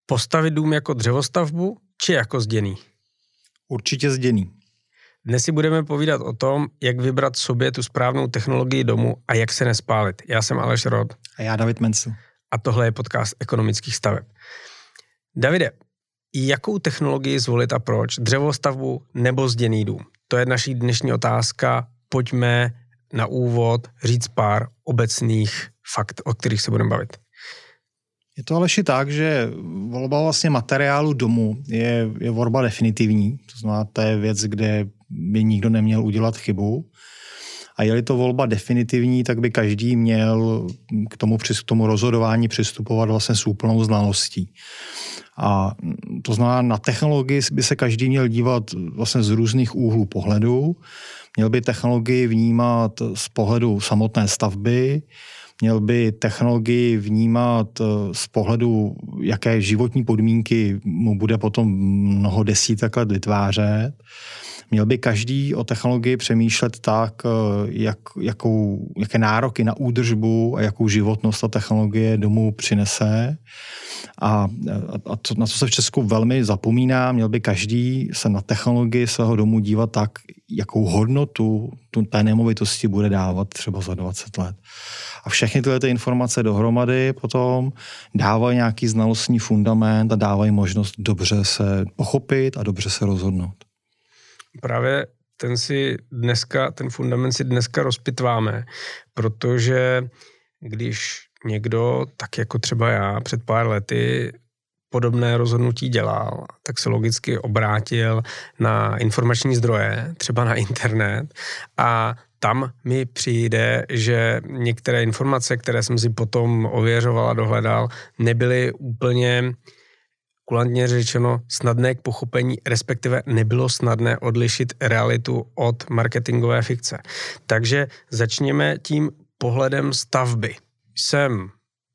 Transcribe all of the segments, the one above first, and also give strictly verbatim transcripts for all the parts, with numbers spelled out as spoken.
Postavit dům jako dřevostavbu, či jako zděný? Určitě zděný. Dnes si budeme povídat o tom, jak vybrat sobě tu správnou technologii domu a jak se nespálit. Já jsem Aleš Rod. A já David Mencl. A tohle je podcast ekonomických staveb. Davide, jakou technologii zvolit a proč? Dřevostavbu nebo zděný dům? To je naší dnešní otázka. Pojďme na úvod říct pár obecných fakt, o kterých se budeme bavit. Je to Aleši tak, že volba vlastně materiálu domu je, je volba definitivní. To znamená, to je věc, kde by nikdo neměl udělat chybu. A je-li to volba definitivní, tak by každý měl k tomu, k tomu rozhodování přistupovat vlastně s úplnou znalostí. A to znamená, na technologii by se každý měl dívat vlastně z různých úhlů pohledu. Měl by technologii vnímat z pohledu samotné stavby, měl by technologii vnímat z pohledu, jaké životní podmínky mu bude potom mnoho desítek let vytvářet. Měl by každý o technologii přemýšlet tak, jak, jakou, jaké nároky na údržbu a jakou životnost ta technologie domů přinese. A, a to, na co se v Česku velmi zapomíná, měl by každý se na technologii svého domu dívat tak, jakou hodnotu té nemovitosti bude dávat třeba za dvacet let. A všechny tyhle ty informace dohromady potom dávají nějaký znalostní fundament a dávají možnost dobře se pochopit a dobře se rozhodnout. Právě ten si dneska, ten fundament si dneska rozpitváme, protože když někdo, tak jako třeba já před pár lety, podobné rozhodnutí dělal, tak se logicky obrátil na informační zdroje, třeba na internet, a tam mi přijde, že některé informace, které jsem si potom ověřoval a dohledal, nebyly úplně kulantně řečeno snadné k pochopení, respektive nebylo snadné odlišit realitu od marketingové fikce. Takže začněme tím pohledem stavby. Jsem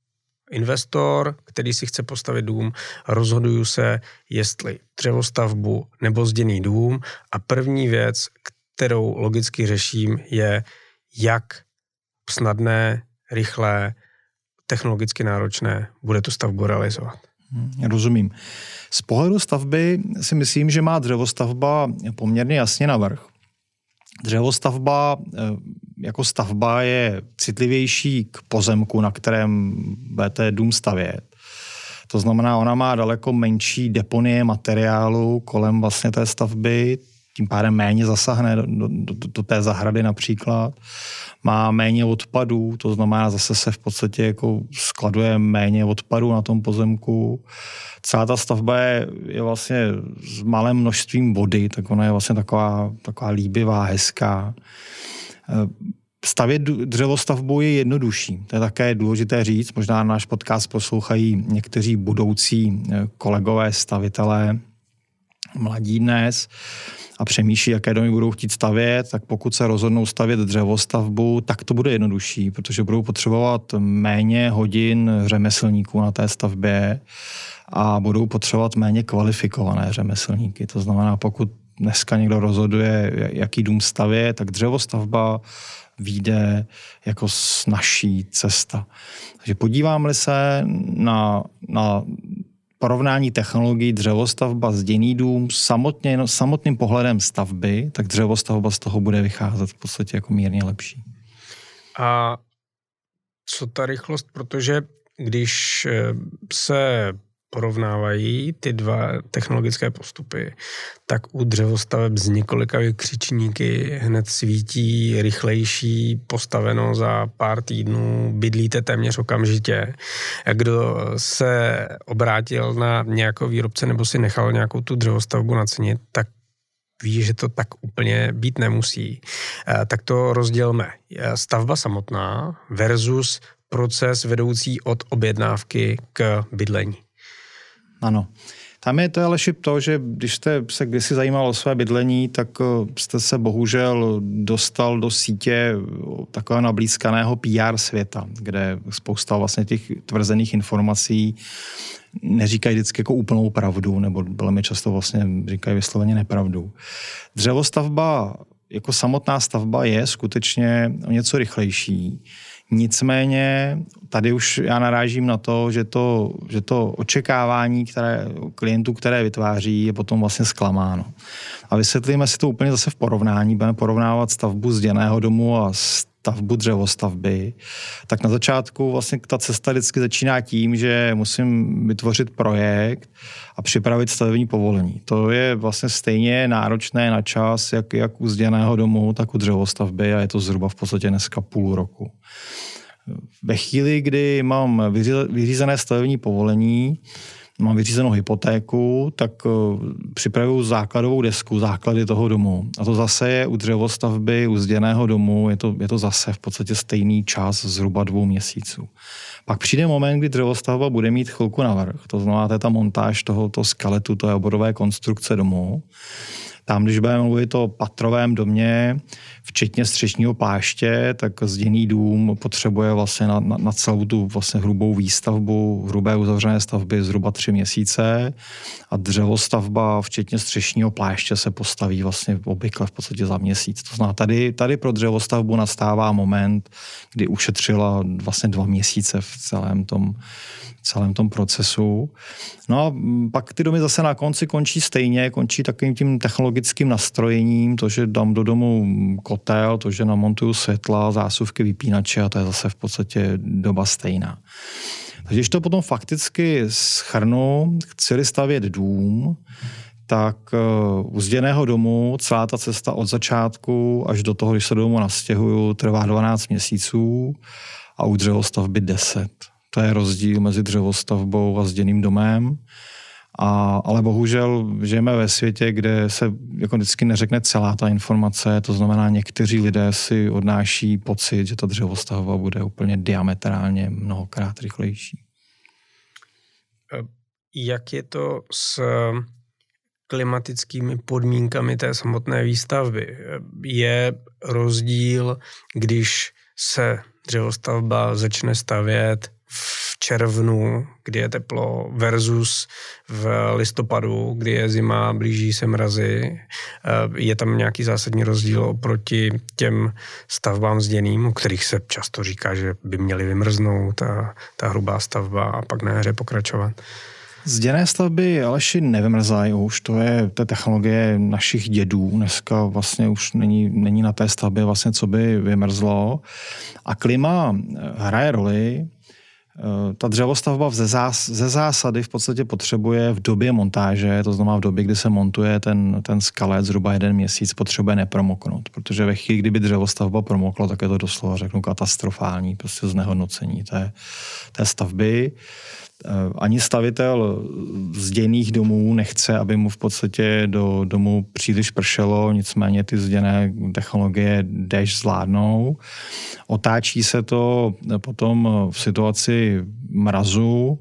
investor, který si chce postavit dům, rozhoduju se, jestli dřevostavbu nebo zděný dům, a první věc, kterou logicky řeším, je, jak snadné, rychlé, technologicky náročné bude tu stavbu realizovat. Rozumím. Z pohledu stavby si myslím, že má dřevostavba poměrně jasně navrch. Dřevostavba jako stavba je citlivější k pozemku, na kterém budete dům stavět. To znamená, ona má daleko menší deponie materiálu kolem vlastně té stavby, tím pádem méně zasahne do, do, do té zahrady například. Má méně odpadů, to znamená, zase se v podstatě jako skladuje méně odpadů na tom pozemku. Celá ta stavba je, je vlastně s malým množstvím vody, tak ona je vlastně taková, taková líbivá, hezká. Stavět dřevostavbu je jednodušší. To je také důležité říct. Možná náš podcast poslouchají někteří budoucí kolegové stavitelé, mladí dnes, a přemýšlí, jaké domy budou chtít stavět, tak pokud se rozhodnou stavět dřevostavbu, tak to bude jednodušší, protože budou potřebovat méně hodin řemeslníků na té stavbě a budou potřebovat méně kvalifikované řemeslníky. To znamená, pokud dneska někdo rozhoduje, jaký dům stavět, tak dřevostavba vyjde jako snazší cesta. Takže podívám-li se na, na porovnání technologií dřevostavba, zděný dům, samotně, samotným pohledem stavby, tak dřevostavba z toho bude vycházet v podstatě jako mírně lepší. A co ta rychlost? Protože když se porovnávají ty dva technologické postupy, tak u dřevostaveb z několika vykřičníky hned svítí rychlejší, postaveno za pár týdnů, bydlíte téměř okamžitě. Kdo se obrátil na nějakého výrobce nebo si nechal nějakou tu dřevostavbu nacenit, tak ví, že to tak úplně být nemusí. Tak to rozdělme. Stavba samotná versus proces vedoucí od objednávky k bydlení. Ano. Tam je to ale šip to, že když jste se kdysi zajímal o své bydlení, tak jste se bohužel dostal do sítě takového nablízkaného P R světa, kde spousta vlastně těch tvrzených informací neříkají vždycky jako úplnou pravdu, nebo velmi často vlastně říkají vysloveně nepravdu. Dřevostavba jako samotná stavba je skutečně něco rychlejší. Nicméně tady už já narážím na to, že to, že to očekávání které, klientů, které vytváří, je potom vlastně zklamáno. A vysvětlíme si to úplně zase v porovnání. Budeme porovnávat stavbu zděného domu a stavbu dřevostavby. Tak na začátku vlastně ta cesta vždycky začíná tím, že musím vytvořit projekt a připravit stavební povolení. To je vlastně stejně náročné na čas, jak, jak u zděného domu, tak u dřevostavby a je to zhruba v podstatě dneska půl roku. Ve chvíli, kdy mám vyřízené stavební povolení, mám vyřízenou hypotéku, tak připravuju základovou desku, základy toho domu. A to zase je u dřevostavby, u zděného domu, je to, je to zase v podstatě stejný čas, zhruba dvou měsíců. Pak přijde moment, kdy dřevostavba bude mít chvilku navrch. To znamená, to je ta montáž tohoto skeletu, té oborové konstrukce domu. Tam, když budeme mluvit o patrovém domě, včetně střešního pláště, tak zděný dům potřebuje vlastně na, na, na celou tu vlastně hrubou výstavbu, hrubé uzavřené stavby zhruba tři měsíce a dřevostavba, včetně střešního pláště, se postaví vlastně obvykle v podstatě za měsíc. To znamená, tady, tady pro dřevostavbu nastává moment, kdy ušetřila vlastně dva měsíce v celém tom celém tom procesu. No a pak ty domy zase na konci končí stejně, končí takovým tím technologickým nastrojením, to, že dám do domu kotel, to, že namontuju světla, zásuvky, vypínače a to je zase v podstatě doba stejná. Takže když to potom fakticky shrnu, chci-li stavět dům, tak u zděného domu celá ta cesta od začátku až do toho, když se do domu nastěhuju, trvá dvanáct měsíců a u dřevostavby deset. To je rozdíl mezi dřevostavbou a zděným domem. A, ale bohužel žijeme ve světě, kde se jako vždycky neřekne celá ta informace. To znamená, někteří lidé si odnáší pocit, že ta dřevostavba bude úplně diametrálně mnohokrát rychlejší. Jak je to s klimatickými podmínkami té samotné výstavby? Je rozdíl, když se dřevostavba začne stavět v červnu, kdy je teplo, versus v listopadu, kdy je zima, blíží se mrazy. Je tam nějaký zásadní rozdíl oproti těm stavbám zděným, o kterých se často říká, že by měly vymrznout ta, ta hrubá stavba a pak na hře pokračovat? Zděné stavby Aleši nevymrzají už, to je ta technologie našich dědů. Dneska vlastně už není, není na té stavbě vlastně, co by vymrzlo. A klima hraje roli. Ta dřevostavba ze, zás, ze zásady v podstatě potřebuje v době montáže, to znamená v době, kdy se montuje ten, ten skalet, zhruba jeden měsíc, potřebuje nepromoknout, protože ve chvíli, kdyby dřevostavba promokla, tak je to doslova, řeknu, katastrofální prostě znehodnocení té, té stavby. Ani stavitel zděných domů nechce, aby mu v podstatě do domu příliš pršelo, nicméně ty zděné technologie déšť zvládnou. Otáčí se to potom v situaci mrazu.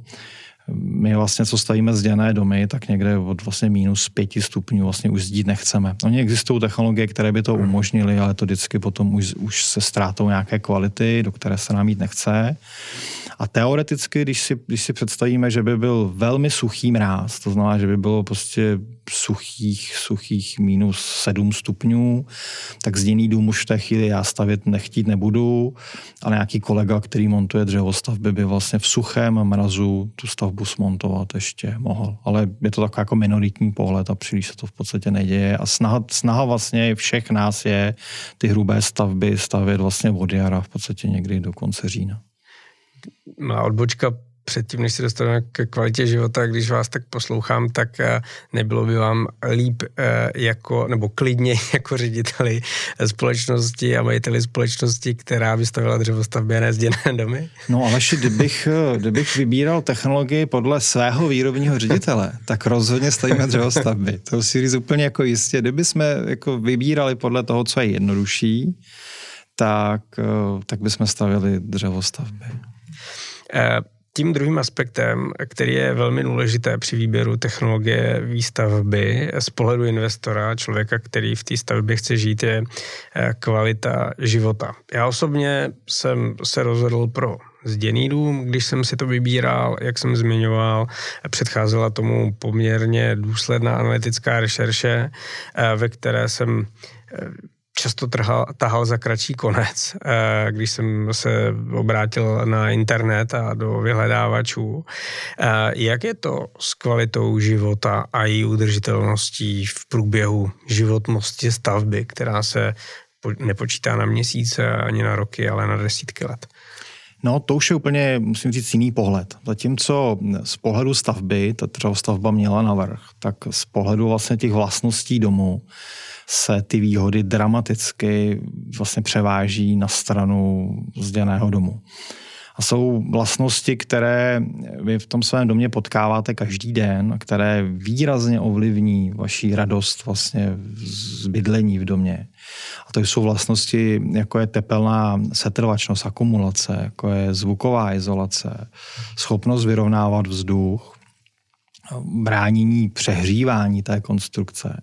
My vlastně, co stavíme zděné domy, tak někde od vlastně minus pěti stupňů vlastně už zdít nechceme. Oni existují technologie, které by to umožnily, ale to vždycky potom už, už se ztrátou nějaké kvality, do které se nám jít nechce. A teoreticky, když si, když si představíme, že by byl velmi suchý mráz, to znamená, že by bylo prostě suchých, suchých minus sedm stupňů, tak zděný dům už v té chvíli já stavět nechtít nebudu, ale nějaký kolega, který montuje dřevostavby, by vlastně v suchém mrazu tu stavbu smontovat ještě mohl. Ale je to takový jako minoritní pohled a příliš se to v podstatě neděje. A snaha, snaha vlastně všech nás je ty hrubé stavby stavět vlastně od jara, v podstatě někdy do konce října. Má odbočka předtím, než se dostaneme k kvalitě života, když vás tak poslouchám, tak nebylo by vám líp jako, nebo klidně jako řediteli společnosti a majiteli společnosti, která vystavila dřevostavby a ne zděné domy? No Aleši, kdybych, kdybych vybíral technologii podle svého výrobního ředitele, tak rozhodně stavíme dřevostavby. To si říct úplně jako jistě. Kdyby jsme jako vybírali podle toho, co je jednodušší, tak, tak bychom stavili dřevostavby. Tím druhým aspektem, který je velmi důležité při výběru technologie výstavby z pohledu investora, člověka, který v té stavbě chce žít, je kvalita života. Já osobně jsem se rozhodl pro zděný dům, když jsem si to vybíral, jak jsem zmiňoval, předcházela tomu poměrně důsledná analytická rešerše, ve které jsem často trhal, tahal za kratší konec, když jsem se obrátil na internet a do vyhledávačů. Jak je to s kvalitou života a její udržitelností v průběhu životnosti stavby, která se nepočítá na měsíce ani na roky, ale na desítky let? No, to už je úplně, musím říct, jiný pohled. Zatímco z pohledu stavby, ta dřevostavba měla navrch, tak z pohledu vlastně těch vlastností domu se ty výhody dramaticky vlastně převáží na stranu zděného domu. A jsou vlastnosti, které vy v tom svém domě potkáváte každý den, které výrazně ovlivní vaši radost vlastně z bydlení v domě. A to jsou vlastnosti, jako je tepelná setrvačnost, akumulace, jako je zvuková izolace, schopnost vyrovnávat vzduch, bránění přehřívání té konstrukce.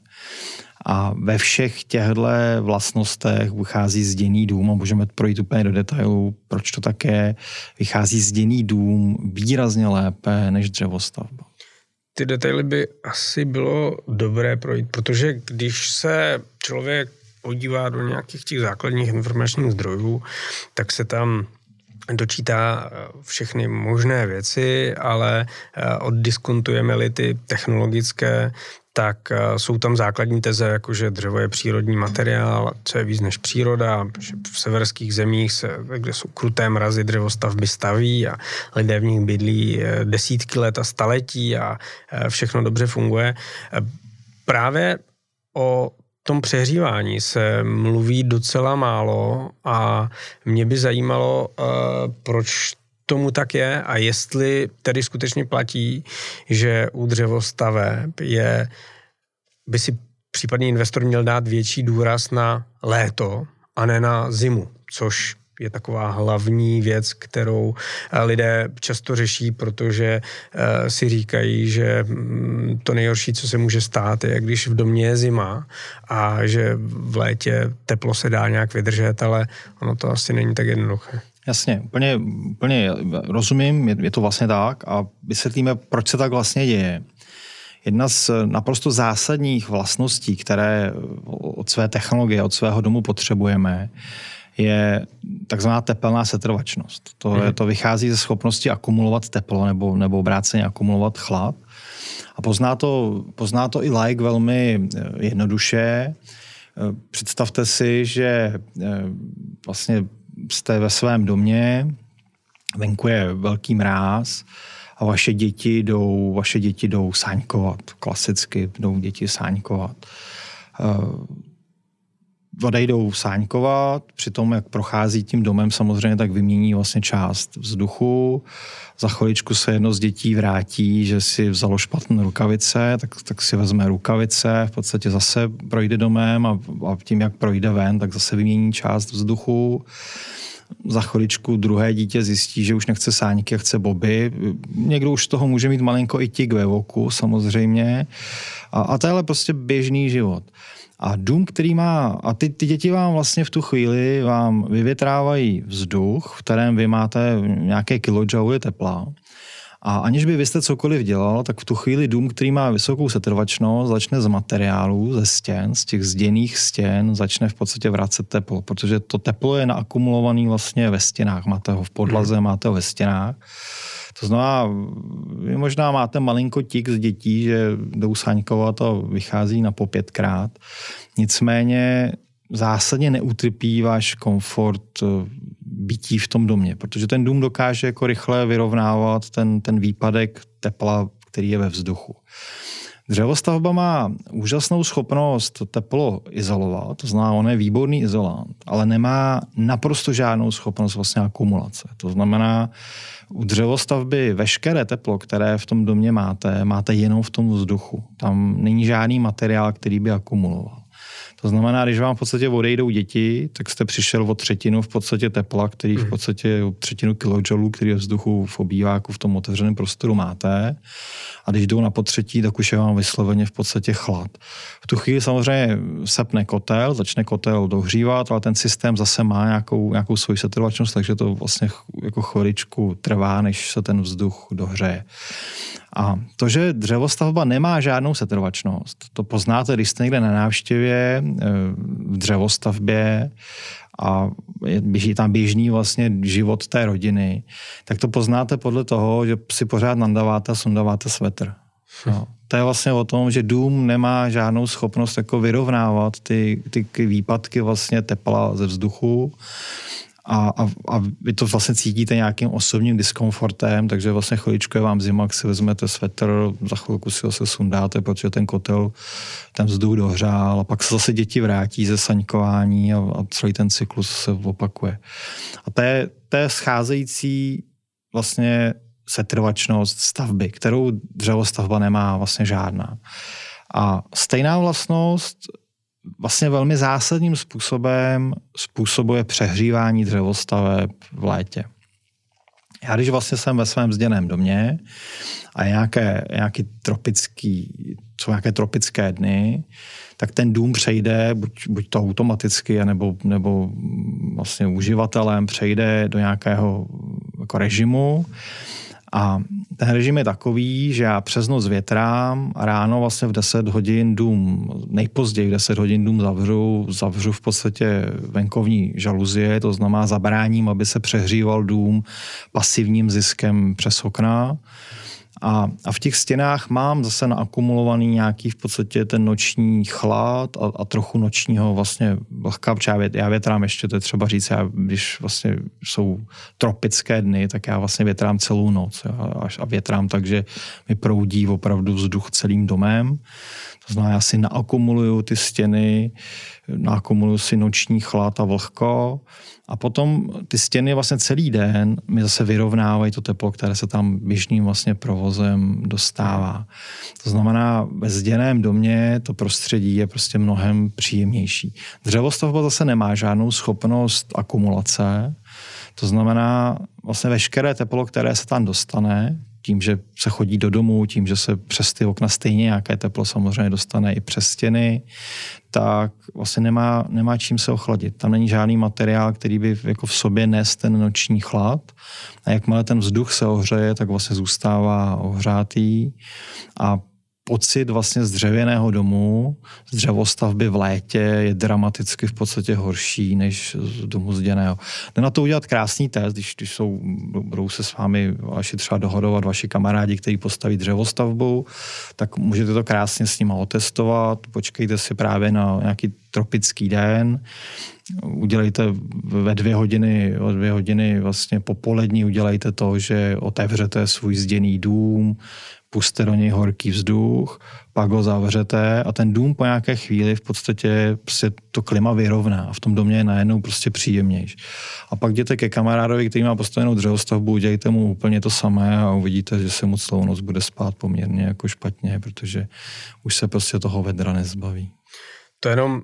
A ve všech těchto vlastnostech vychází zděný dům, a můžeme projít úplně do detailů, proč to tak je, vychází zděný dům výrazně lépe než dřevostavba. Ty detaily by asi bylo dobré projít, protože když se člověk podívá do nějakých těch základních informačních zdrojů, tak se tam dočítá všechny možné věci, ale oddiskontujeme-li ty technologické, tak jsou tam základní teze, jako že dřevo je přírodní materiál, co je víc než příroda, že v severských zemích, se, kde jsou kruté mrazy, dřevostavby staví a lidé v nich bydlí desítky let a staletí a všechno dobře funguje. Právě o tom přehřívání se mluví docela málo a mě by zajímalo, proč tomu tak je a jestli tedy skutečně platí, že u dřevostaveb je, by si případný investor měl dát větší důraz na léto a ne na zimu, což je taková hlavní věc, kterou lidé často řeší, protože si říkají, že to nejhorší, co se může stát, je, když v domě je zima a že v létě teplo se dá nějak vydržet, ale ono to asi není tak jednoduché. Jasně, úplně, úplně rozumím, je, je to vlastně tak a vysvětlíme, proč se tak vlastně děje. Jedna z naprosto zásadních vlastností, které od své technologie, od svého domu potřebujeme, je takzvaná tepelná setrvačnost. To, mm. je, to vychází ze schopnosti akumulovat teplo nebo, nebo obráceně akumulovat chlad. A pozná to, pozná to i laik velmi jednoduše. Představte si, že vlastně jste ve svém domě, venku je velký mráz a vaše děti jdou, vaše děti jdou sáňkovat. Klasicky jdou děti sáňkovat. Odejdou sáňkovat, přitom jak prochází tím domem samozřejmě, tak vymění vlastně část vzduchu. Za chviličku se jedno z dětí vrátí, že si vzalo špatné rukavice, tak, tak si vezme rukavice, v podstatě zase projde domem a, a tím, jak projde ven, tak zase vymění část vzduchu. Za chviličku druhé dítě zjistí, že už nechce sáňky a chce boby. Někdo už z toho může mít malinko i tik ve voku samozřejmě. A, a to je ale prostě běžný život. A dům, který má, a ty, ty děti vám vlastně v tu chvíli vám vyvětrávají vzduch, v kterém vy máte nějaké kilojouly tepla. A aniž by vy jste cokoliv dělal, tak v tu chvíli dům, který má vysokou setrvačnost, začne z materiálů, ze stěn, z těch zděných stěn, začne v podstatě vracet teplo, protože to teplo je naakumulované vlastně ve stěnách. Máte ho v podlaze, máte ho ve stěnách. To znamená, vy možná máte malinko tik z dětí, že jdou sáňkovat a vychází na po pětkrát. Nicméně zásadně neutrpí váš komfort bytí v tom domě, protože ten dům dokáže jako rychle vyrovnávat ten, ten výpadek tepla, který je ve vzduchu. Dřevostavba má úžasnou schopnost teplo izolovat, to znamená, on je výborný izolant, ale nemá naprosto žádnou schopnost vlastně akumulace. To znamená, u dřevostavby veškeré teplo, které v tom domě máte, máte jenom v tom vzduchu. Tam není žádný materiál, který by akumuloval. To znamená, když vám v podstatě odejdou děti, tak jste přišel o třetinu v podstatě tepla, který v podstatě o třetinu kilojoulů, který je vzduchu v obýváku v tom otevřeném prostoru máte. A když jdou na potřetí, tak už je vám vysloveně v podstatě chlad. V tu chvíli samozřejmě sepne kotel, začne kotel dohřívat, ale ten systém zase má nějakou, nějakou svoji setrvačnost, takže to vlastně jako chviličku trvá, než se ten vzduch dohřeje. A to, že dřevostavba nemá žádnou setrvačnost, to poznáte, když jste někde na návštěvě v dřevostavbě a běží tam běžný vlastně život té rodiny, tak to poznáte podle toho, že si pořád nandáváte a sundáváte svetr. No. To je vlastně o tom, že dům nemá žádnou schopnost jako vyrovnávat ty, ty výpadky vlastně tepla ze vzduchu a, a, a vy to vlastně cítíte nějakým osobním diskomfortem, takže vlastně chviličku je vám zima, jak si vezmete svetr, za chvilku si ho se sundáte, protože ten kotel ten vzduch dohřál a pak se zase děti vrátí ze saňkování a, a celý ten cyklus se opakuje. A to je, to je scházející vlastně setrvačnost stavby, kterou dřevostavba nemá vlastně žádná. A stejná vlastnost vlastně velmi zásadním způsobem způsobuje přehřívání dřevostaveb v létě. Já když vlastně jsem ve svém zděném domě a nějaké, nějaký tropický, jsou nějaké tropické dny, tak ten dům přejde, buď, buď to automaticky, nebo, nebo vlastně uživatelem přejde do nějakého jako režimu. A ten režim je takový, že já přes noc větrám a ráno vlastně v deset hodin dům, nejpozději v deset hodin dům zavřu, zavřu v podstatě venkovní žaluzie, to znamená zabráním, aby se přehříval dům pasivním ziskem přes okna. A, a v těch stěnách mám zase naakumulovaný nějaký v podstatě ten noční chlad a, a trochu nočního vlastně vlhka, protože já, vě, já větrám ještě, to je třeba říct, já, když vlastně jsou tropické dny, tak já vlastně větrám celou noc jo, až a větrám tak, že mi proudí opravdu vzduch celým domem. To znamená, já si naakumuluju ty stěny, naakumuluju si noční chlad a vlhko a potom ty stěny vlastně celý den mi zase vyrovnávají to teplo, které se tam běžným vlastně provozem dostává. To znamená, ve zděném domě to prostředí je prostě mnohem příjemnější. Dřevostavba zase nemá žádnou schopnost akumulace, to znamená vlastně veškeré teplo, které se tam dostane, tím, že se chodí do domu, tím, že se přes ty okna stejně nějaké teplo samozřejmě dostane i přes stěny, tak vlastně nemá, nemá čím se ochladit. Tam není žádný materiál, který by jako v sobě nes ten noční chlad. A jakmile ten vzduch se ohřeje, tak vlastně zůstává ohřátý a pocit vlastně z dřevěného domu, z dřevostavby v létě je dramaticky v podstatě horší než z domu zděného. Jde na to udělat krásný test, když, když jsou, budou se s vámi vaši třeba dohodovat vaši kamarádi, kteří postaví dřevostavbu, tak můžete to krásně s nima otestovat, počkejte si právě na nějaký tropický den, udělejte ve dvě hodiny, o dvě hodiny vlastně popolední udělejte to, že otevřete svůj zděný dům, pusťte do něj horký vzduch, pak ho zavřete a ten dům po nějaké chvíli v podstatě prostě to klima vyrovná a v tom domě je najednou prostě příjemnější. A pak jděte ke kamarádovi, který má postavenou dřevostavbu, udělejte mu úplně to samé a uvidíte, že se mu celou noc bude spát poměrně jako špatně, protože už se prostě toho vedra nezbaví. To jenom,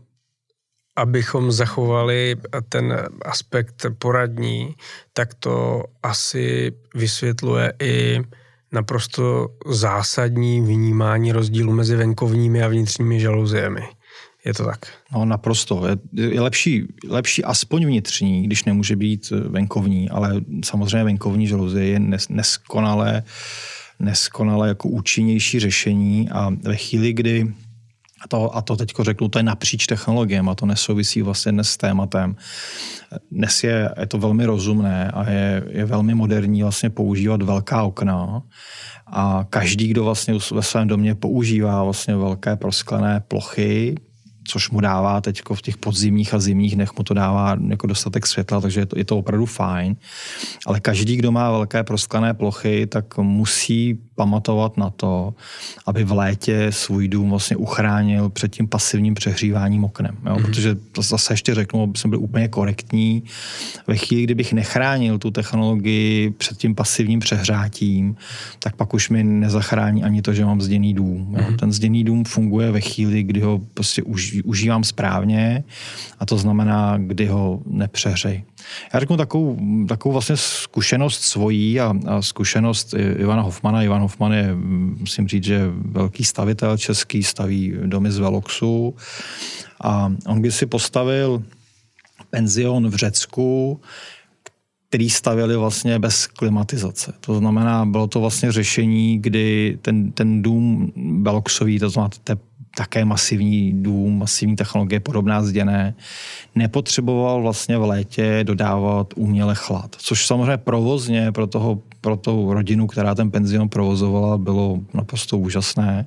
abychom zachovali ten aspekt poradní, tak to asi vysvětluje i naprosto zásadní vnímání rozdílu mezi venkovními a vnitřními žaluziemi. Je to tak? No naprosto. Je, je lepší, lepší aspoň vnitřní, když nemůže být venkovní, ale samozřejmě venkovní žaluzie je nes, neskonale, neskonale jako účinnější řešení a ve chvíli, kdy A to, a to teďko řeknu, to je napříč technologiemi a to nesouvisí vlastně dnes s tématem. Dnes je, je to velmi rozumné a je, je velmi moderní vlastně používat velká okna a každý, kdo vlastně ve svém domě používá vlastně velké prosklené plochy, což mu dává teďko v těch podzimních a zimních dnech mu to dává jako dostatek světla, takže je to, je to opravdu fajn. Ale každý, kdo má velké prosklené plochy, tak musí pamatovat na to, aby v létě svůj dům vlastně uchránil před tím pasivním přehříváním oknem. Jo? Mm-hmm. Protože to zase ještě řeknu, aby jsem byl úplně korektní. Ve chvíli, kdybych nechránil tu technologii před tím pasivním přehřátím, tak pak už mi nezachrání ani to, že mám zděný dům. Jo? Mm-hmm. Ten zděný dům funguje ve chvíli, kdy ho prostě už užívám správně a to znamená, kdy ho nepřehřej. Já řeknu takovou, takovou vlastně zkušenost svojí a, a zkušenost Ivana Hofmana. Ivan Hofman je, musím říct, že velký stavitel český, staví domy z Veloxu a on by si postavil penzion v Řecku, který stavěli vlastně bez klimatizace. To znamená, bylo to vlastně řešení, kdy ten, ten dům Veloxový, to znamená te, také masivní dům, masivní technologie, podobná zděné, nepotřeboval vlastně v létě dodávat uměle chlad. Což samozřejmě provozně pro, toho, pro tu rodinu, která ten penzion provozovala, bylo naprosto úžasné.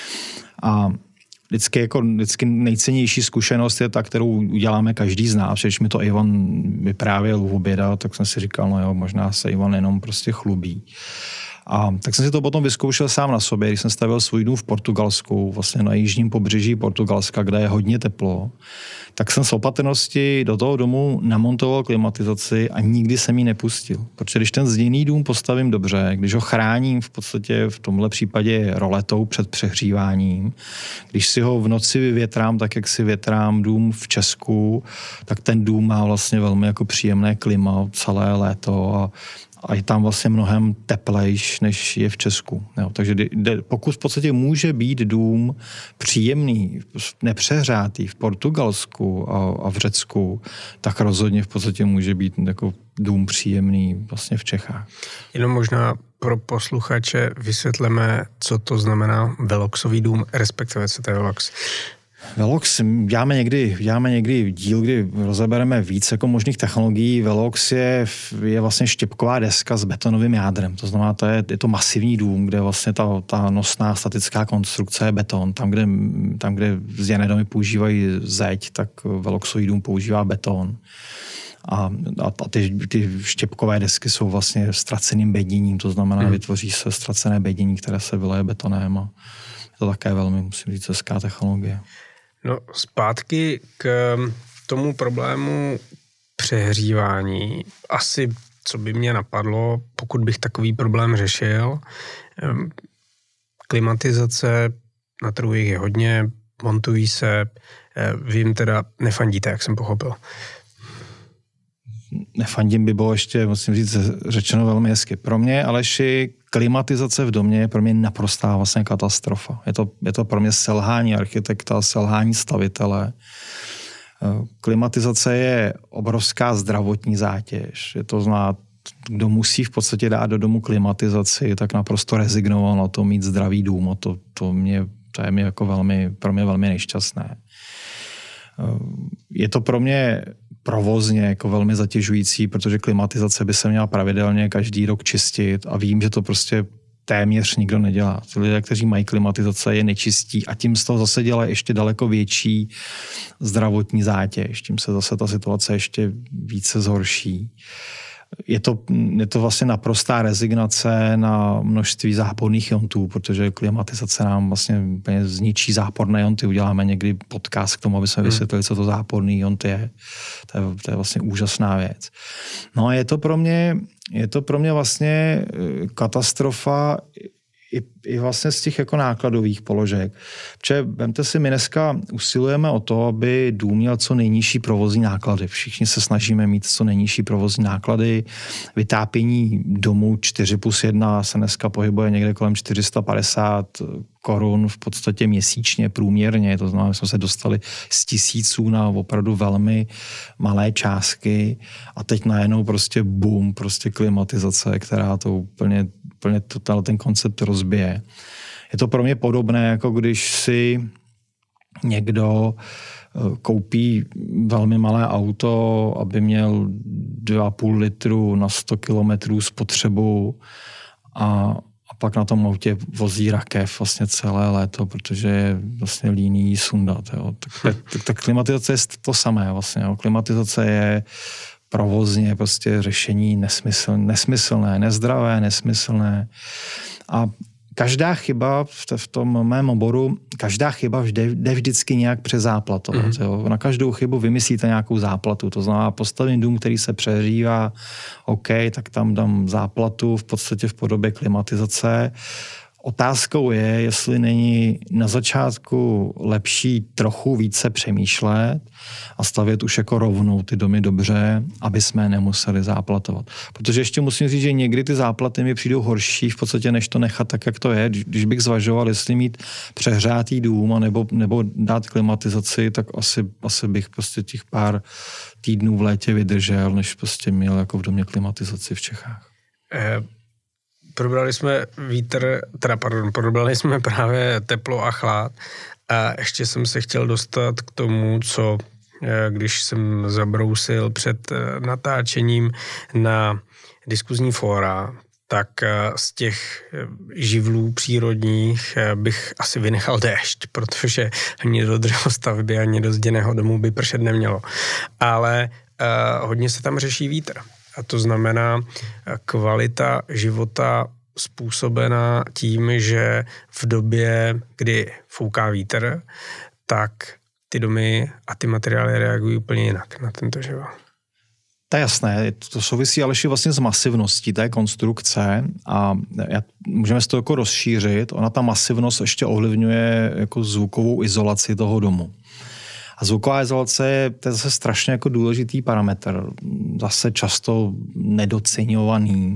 A Vždycky, jako, vždycky nejcennější zkušenost je ta, kterou uděláme každý z nás. Když mi to Ivan vyprávěl u oběda, tak jsem si říkal, no jo, možná se Ivan jenom prostě chlubí. A tak jsem si to potom vyzkoušel sám na sobě, když jsem stavil svůj dům v Portugalsku, vlastně na jižním pobřeží Portugalska, kde je hodně teplo, tak jsem z opatrnosti do toho domu namontoval klimatizaci a nikdy jsem ji nepustil. Protože když ten zděný dům postavím dobře, když ho chráním v podstatě v tomhle případě roletou před přehříváním, když si ho v noci vyvětrám tak, jak si větrám dům v Česku, tak ten dům má vlastně velmi jako příjemné klima celé léto a a je tam vlastně mnohem teplejš, než je v Česku. Jo, takže pokud v podstatě může být dům příjemný, nepřehrátý v Portugalsku a, a v Řecku, tak rozhodně v podstatě může být jako dům příjemný vlastně v Čechách. Jenom možná pro posluchače vysvětleme, co to znamená Veloxový dům, respektive co to je Velox. Velox, děláme někdy, děláme někdy díl, kdy rozebereme víc jako možných technologií. Velox je, je vlastně štěpková deska s betonovým jádrem. To znamená, to je, je to masivní dům, kde vlastně ta, ta nosná statická konstrukce je beton. Tam, kde, tam, kde zděné domy používají zeď, tak Veloxový dům používá beton. A, a ty, ty štěpkové desky jsou vlastně ztraceným beděním, to znamená, hmm. vytvoří se ztracené bedění, které se vyleje betonem a je to také velmi, musím říct, hezká technologie. No, zpátky k tomu problému přehřívání. Asi, co by mě napadlo, pokud bych takový problém řešil, klimatizace, na trhu jich je hodně, montují se, vy jim teda nefandíte, jak jsem pochopil. Nefandím by bylo ještě, musím říct, řečeno velmi hezky. Pro mě, Aleši, klimatizace v domě je pro mě naprostá vlastně katastrofa. Je to, je to pro mě selhání architekta, selhání stavitele. Klimatizace je obrovská zdravotní zátěž. Je to znát, kdo musí v podstatě dát do domu klimatizaci, tak naprosto rezignoval na to mít zdravý dům. A to, to, mě, to je mě jako velmi, pro mě velmi nešťastné. Je to pro mě provozně jako velmi zatěžující, protože klimatizace by se měla pravidelně každý rok čistit a vím, že to prostě téměř nikdo nedělá. Ty lidé, kteří mají klimatizace, je nečistí a tím z toho zase dělá ještě daleko větší zdravotní zátěž. Tím se zase ta situace ještě více zhorší. Je to, je to vlastně naprostá rezignace na množství záporných iontů, protože klimatizace nám vlastně úplně zničí záporné ionty. Uděláme někdy podcast k tomu, aby jsme vysvětlili, co to záporný iont je. To je, to je vlastně úžasná věc. No a je to pro mě, je to pro mě vlastně katastrofa i, i vlastně z těch jako nákladových položek. Protože vemte si, my dneska usilujeme o to, aby dům měl co nejnižší provozní náklady. Všichni se snažíme mít co nejnižší provozní náklady. Vytápění domu čtyři plus jedna se dneska pohybuje někde kolem čtyři sta padesát korun v podstatě měsíčně, průměrně. To znamená, že jsme se dostali z tisíců na opravdu velmi malé částky a teď najednou prostě boom, prostě klimatizace, která to úplně, úplně total ten koncept rozbije. Je to pro mě podobné, jako když si někdo koupí velmi malé auto, aby měl dva a půl litru na sto kilometrů spotřebu a A pak na tom autě vozí rakev vlastně celé léto, protože je vlastně líný sundat. Jo. Tak, tak, tak klimatizace je to samé vlastně. Jo. Klimatizace je provozně prostě řešení nesmysl, nesmyslné, nezdravé, nesmyslné. A každá chyba v tom mém oboru, každá chyba jde, jde vždycky nějak přezáplatovat. Mm-hmm. Na každou chybu vymyslíte nějakou záplatu. To znamená, postavím dům, který se přehřívá, OK, tak tam dám záplatu v podstatě v podobě klimatizace. Otázkou je, jestli není na začátku lepší trochu více přemýšlet a stavět už jako rovnou ty domy dobře, aby jsme nemuseli záplatovat. Protože ještě musím říct, že někdy ty záplaty mi přijdou horší v podstatě, než to nechat tak, jak to je. Když bych zvažoval, jestli mít přehrátý dům nebo, nebo dát klimatizaci, tak asi, asi bych prostě těch pár týdnů v létě vydržel, než prostě měl jako v domě klimatizaci v Čechách. Eh. Probrali jsme vítr, teda pardon, probrali jsme právě teplo a chlad a ještě jsem se chtěl dostat k tomu, co když jsem zabrousil před natáčením na diskuzní fóra, tak z těch živlů přírodních bych asi vynechal déšť, protože ani do dřevostavby, ani do zděného domu by pršet nemělo. Ale uh, hodně se tam řeší vítr. A to znamená kvalita života způsobená tím, že v době, kdy fouká vítr, tak ty domy a ty materiály reagují úplně jinak na tento život. To je jasné, to souvisí ale vlastně s masivností té konstrukce a můžeme si to jako rozšířit. Ona ta masivnost ještě ovlivňuje jako zvukovou izolaci toho domu. A zvuková izolace je, to je zase strašně jako důležitý parametr, zase často nedoceňovaný,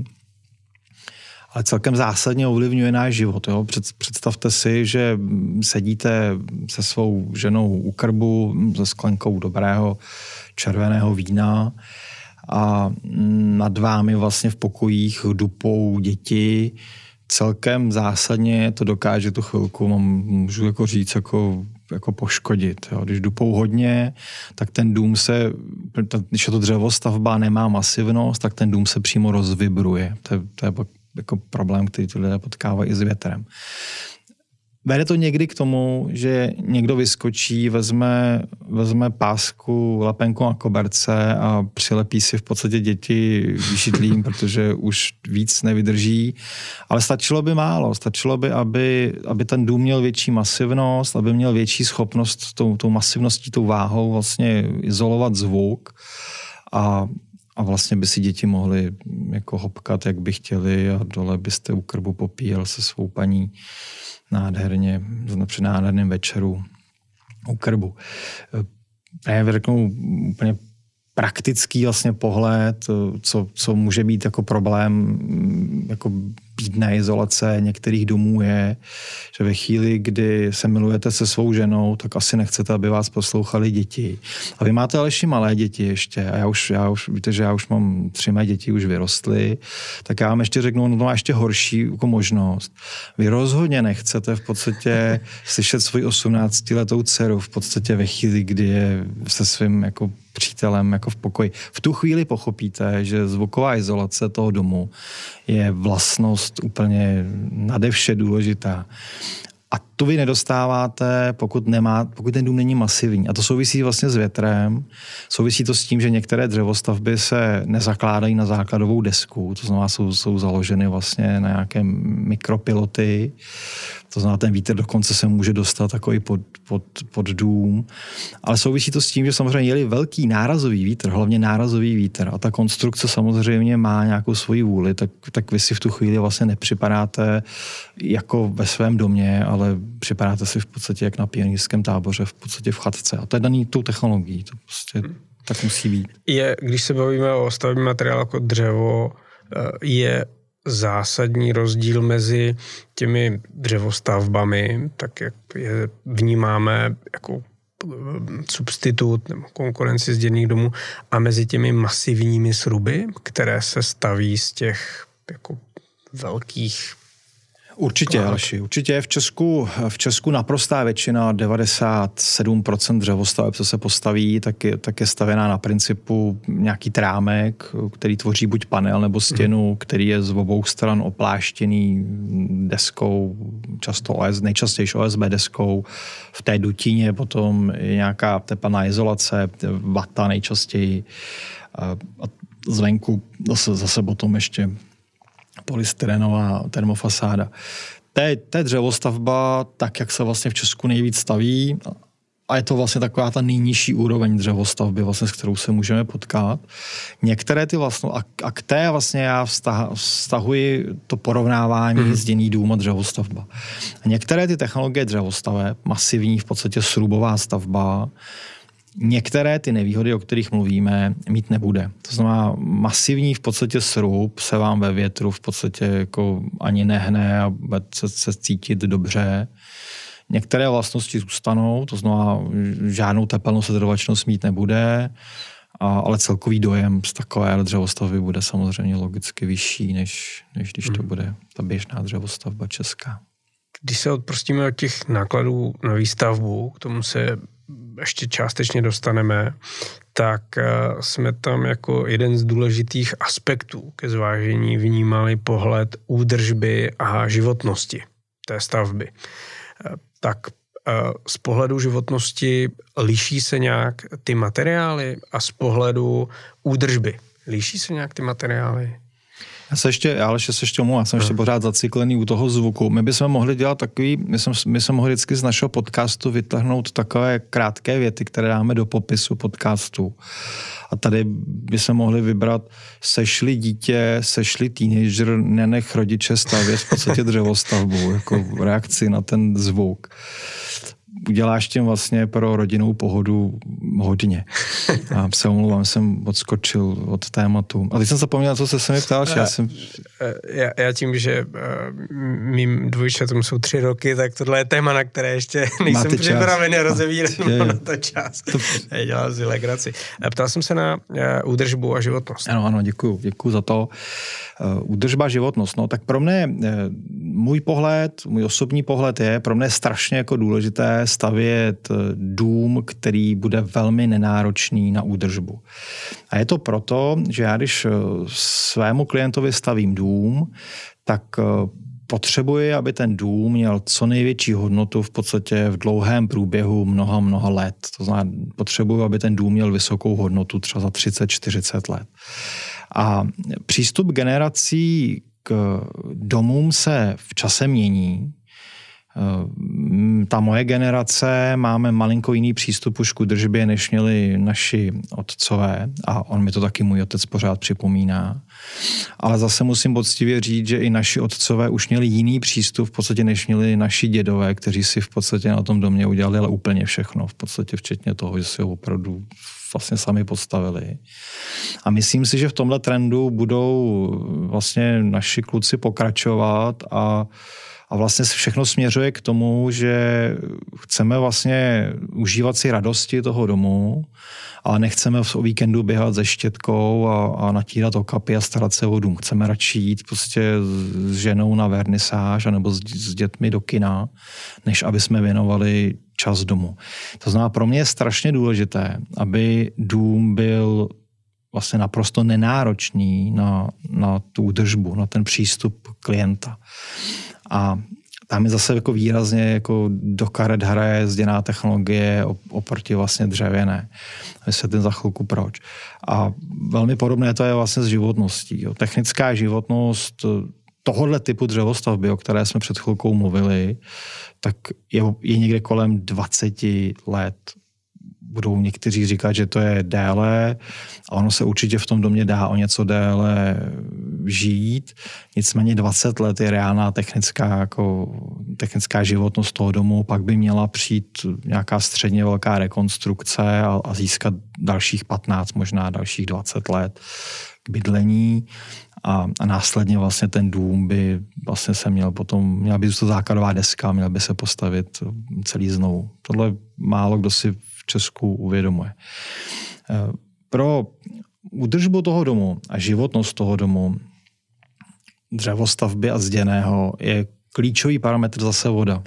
ale celkem zásadně ovlivňuje náš život. Jo? Před, představte si, že sedíte se svou ženou u krbu se sklenkou dobrého červeného vína a nad vámi vlastně v pokojích dupou děti. Celkem zásadně to dokáže tu chvilku, můžu jako říct, jako jako poškodit. Jo. Když dupou hodně, tak ten dům se, když je to dřevostavba, nemá masivnost, tak ten dům se přímo rozvibruje. To je, to je jako problém, který ty lidé potkávají i s větrem. Vede to někdy k tomu, že někdo vyskočí, vezme, vezme pásku, lepenku na koberce a přilepí si v podstatě děti židlím, protože už víc nevydrží. Ale stačilo by málo. Stačilo by, aby, aby ten dům měl větší masivnost, aby měl větší schopnost tou, tou masivností, tou váhou vlastně izolovat zvuk a A vlastně by si děti mohly jako hopkat, jak by chtěli a dole byste u krbu popíjel se svou paní nádherně, při nádherném večeru u krbu. Já řeknu úplně praktický vlastně pohled, co, co může být jako problém jako bídné izolace některých domů je, že ve chvíli, kdy se milujete se svou ženou, tak asi nechcete, aby vás poslouchali děti. A vy máte ale ještě malé děti ještě a já už, já už víte, že já už mám tři mé děti, už vyrostly, tak já vám ještě řeknu, no to má ještě horší jako možnost. Vy rozhodně nechcete v podstatě slyšet svoji osmnáctiletou dceru v podstatě ve chvíli, kdy je se svým jako přítelem jako v pokoji. V tu chvíli pochopíte, že zvuková izolace toho domu je vlastnost úplně nade vše důležitá. A tu vy nedostáváte, pokud, nemá, pokud ten dům není masivní. A to souvisí vlastně s větrem. Souvisí to s tím, že některé dřevostavby se nezakládají na základovou desku. To znamená, jsou, jsou založeny vlastně na nějaké mikropiloty. To znamená, ten vítr dokonce se může dostat takový pod, pod, pod dům. Ale souvisí to s tím, že samozřejmě je-li velký nárazový vítr, hlavně nárazový vítr, a ta konstrukce samozřejmě má nějakou svoji vůli, tak, tak vy si v tu chvíli vlastně nepřipadáte jako ve svém domě, ale připadáte si v podstatě jak na pionýrském táboře, v podstatě v chatce. A to je daný tou technologií. To prostě tak musí být. Je, když se bavíme o stavebním materiálu jako dřevo, je zásadní rozdíl mezi těmi dřevostavbami, tak jak je vnímáme jako substitut nebo konkurenci zděných domů, a mezi těmi masivními sruby, které se staví z těch jako velkých. Určitě, Aleši, určitě. V Česku, v Česku naprostá většina, devadesát sedm procent dřevostaveb, co se postaví, tak je, tak je stavěná na principu nějaký trámek, který tvoří buď panel nebo stěnu, hmm. který je z obou stran opláštěný deskou, často O S, nejčastěji O S B deskou. V té dutině potom je nějaká teplná izolace, vata nejčastěji. A zvenku zase, zase potom ještě polystyrenová termofasáda. To je dřevostavba, tak jak se vlastně v Česku nejvíc staví, a je to vlastně taková ta nejnižší úroveň dřevostavby, vlastně, s kterou se můžeme potkat. Některé ty vlastně, a, a k té vlastně já vztah, vztahuji to porovnávání mm. zděný dům a dřevostavba. A některé ty technologie dřevostaveb, masivní v podstatě srubová stavba, některé ty nevýhody, o kterých mluvíme, mít nebude. To znamená, masivní v podstatě srub se vám ve větru v podstatě jako ani nehne a bude se, se cítit dobře. Některé vlastnosti zůstanou, to znamená, žádnou tepelnou setrvačnost mít nebude, a, ale celkový dojem z takové dřevostavby bude samozřejmě logicky vyšší, než, než když to bude ta běžná dřevostavba česká. Když se odprostíme od těch nákladů na výstavbu, k tomu se ještě částečně dostaneme, tak jsme tam jako jeden z důležitých aspektů ke zvážení vnímali pohled údržby a životnosti té stavby. Tak z pohledu životnosti liší se nějak ty materiály a z pohledu údržby liší se nějak ty materiály? Já se ještě, ale ještě se ještě omlouvám, já jsem no. ještě pořád zacyklený u toho zvuku. My bychom mohli dělat takový, my jsme, my jsme mohli vždycky z našeho podcastu vytrhnout takové krátké věty, které dáme do popisu podcastu. A tady bychom mohli vybrat sešli dítě, sešli teenager, nenech rodiče stavět v podstatě dřevostavbu, jako reakci na ten zvuk. Uděláš tím vlastně pro rodinnou pohodu hodně. A se omlouvám, jsem odskočil od tématu. A teď jsem zapomněl, co se se mi ptal. Já, jsem... já, já tím, že mým dvojčatům jsou tři roky, tak tohle je téma, na které ještě nejsem připraven a rozebírat na to čas. To... Dělám si legraci. Ptal jsem se na údržbu a životnost. Ano, ano, děkuju. Děkuju za to. Údržba, životnost. No, tak pro mě, můj pohled, můj osobní pohled je, pro mě strašně jako důležité stavět dům, který bude velmi nenáročný na údržbu. A je to proto, že já když svému klientovi stavím dům, tak potřebuji, aby ten dům měl co největší hodnotu v podstatě v dlouhém průběhu mnoha, mnoha let. To znamená, potřebuji, aby ten dům měl vysokou hodnotu třeba za třicet čtyřicet let. A přístup generací k domům se v čase mění. Ta moje generace máme malinko jiný přístup už k údržbě, než měli naši otcové. A on mi to taky můj otec pořád připomíná. Ale zase musím poctivě říct, že i naši otcové už měli jiný přístup v podstatě, než měli naši dědové, kteří si v podstatě na tom domě udělali ale úplně všechno. V podstatě včetně toho, že si ho opravdu vlastně sami postavili. A myslím si, že v tomhle trendu budou vlastně naši kluci pokračovat a A vlastně všechno směřuje k tomu, že chceme vlastně užívat si radosti toho domu, ale nechceme o víkendu běhat se štětkou a, a natírat okapy a starat se o dům. Chceme radši jít prostě s ženou na vernisáž anebo s, s dětmi do kina, než aby jsme věnovali čas domu. To znamená, pro mě je strašně důležité, aby dům byl vlastně naprosto nenáročný na, na tu údržbu, na ten přístup klienta. A tam je zase jako výrazně jako do karet hraje zděná technologie oproti vlastně dřevěné. Vysvětlím za chvilku proč. A velmi podobné to je vlastně s životností. Jo. Technická životnost tohohle typu dřevostavby, o které jsme před chvilkou mluvili, tak je, je někde kolem dvacet let. Budou někteří říkat, že to je déle a ono se určitě v tom domě dá o něco déle žít. Nicméně dvacet let je reálná technická, jako, technická životnost toho domu, pak by měla přijít nějaká středně velká rekonstrukce a, a získat dalších patnáct, možná dalších dvacet let k bydlení a, a následně vlastně ten dům by vlastně se měl potom, měla by zůstat základová deska, měl by se postavit celý znovu. Tohle málo kdo si Česku uvědomuje. Pro údržbu toho domu a životnost toho domu, dřevostavby a zděného je klíčový parametr zase voda.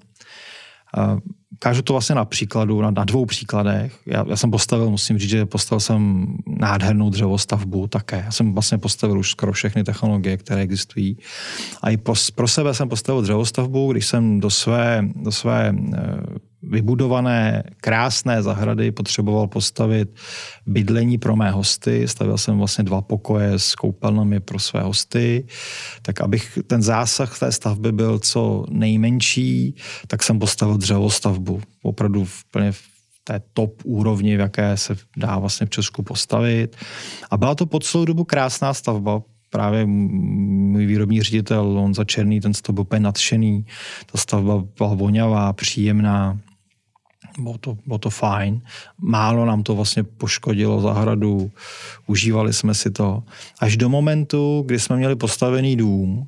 Kážu to vlastně na příkladu, na, na dvou příkladech. Já, já jsem postavil, musím říct, že postavil jsem nádhernou dřevostavbu také. Já jsem vlastně postavil už skoro všechny technologie, které existují. A i pro, pro sebe jsem postavil dřevostavbu, když jsem do své, do své vybudované krásné zahrady potřeboval postavit bydlení pro mé hosty. Stavil jsem vlastně dva pokoje s koupelnami pro své hosty. Tak abych ten zásah té stavby byl co nejmenší, tak jsem postavil dřevostavbu. Opravdu v, plně v té top úrovni, v jaké se dá vlastně v Česku postavit. A byla to po celou dobu krásná stavba. Právě můj výrobní ředitel Honza Černý, ten z toho byl úplně nadšený. Ta stavba byla vonavá, příjemná. Bylo to, bylo to fajn. Málo nám to vlastně poškodilo zahradu. Užívali jsme si to. Až do momentu, kdy jsme měli postavený dům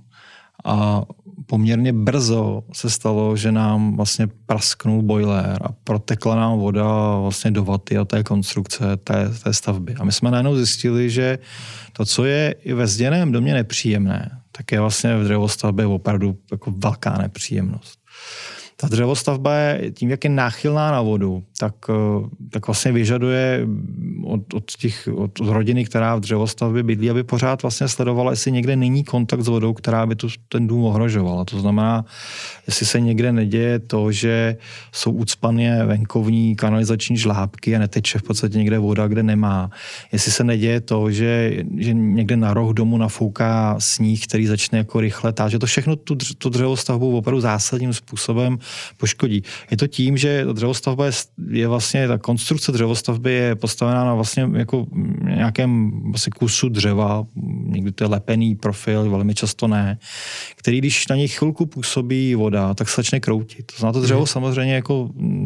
a poměrně brzo se stalo, že nám vlastně prasknul boiler a protekla nám voda vlastně do vaty a té konstrukce té, té stavby. A my jsme najednou zjistili, že to, co je i ve zděném domě nepříjemné, tak je vlastně v dřevostavbě opravdu jako velká nepříjemnost. Ta dřevostavba je tím, jak je náchylná na vodu, tak, tak vlastně vyžaduje od, od, těch, od, od rodiny, která v dřevostavbě bydlí, aby pořád vlastně sledovala, jestli někde není kontakt s vodou, která by tu, ten dům ohrožovala. To znamená, jestli se někde neděje to, že jsou ucpané venkovní kanalizační žlábky a neteče v podstatě někde voda, kde nemá. Jestli se neděje to, že, že někde na roh domu nafouká sníh, který začne jako rychle tát, že to všechno tu, tu dřevostavbu opravdu zásadním způsobem poškodí. Je to tím, že dřevostavba je, je vlastně, ta konstrukce dřevostavby je postavená na vlastně jako nějakém vlastně kusu dřeva, někdy to je lepený profil, velmi často ne, který když na něj chvilku působí voda, tak se začne kroutit. To znamená, to dřevo hmm. samozřejmě jako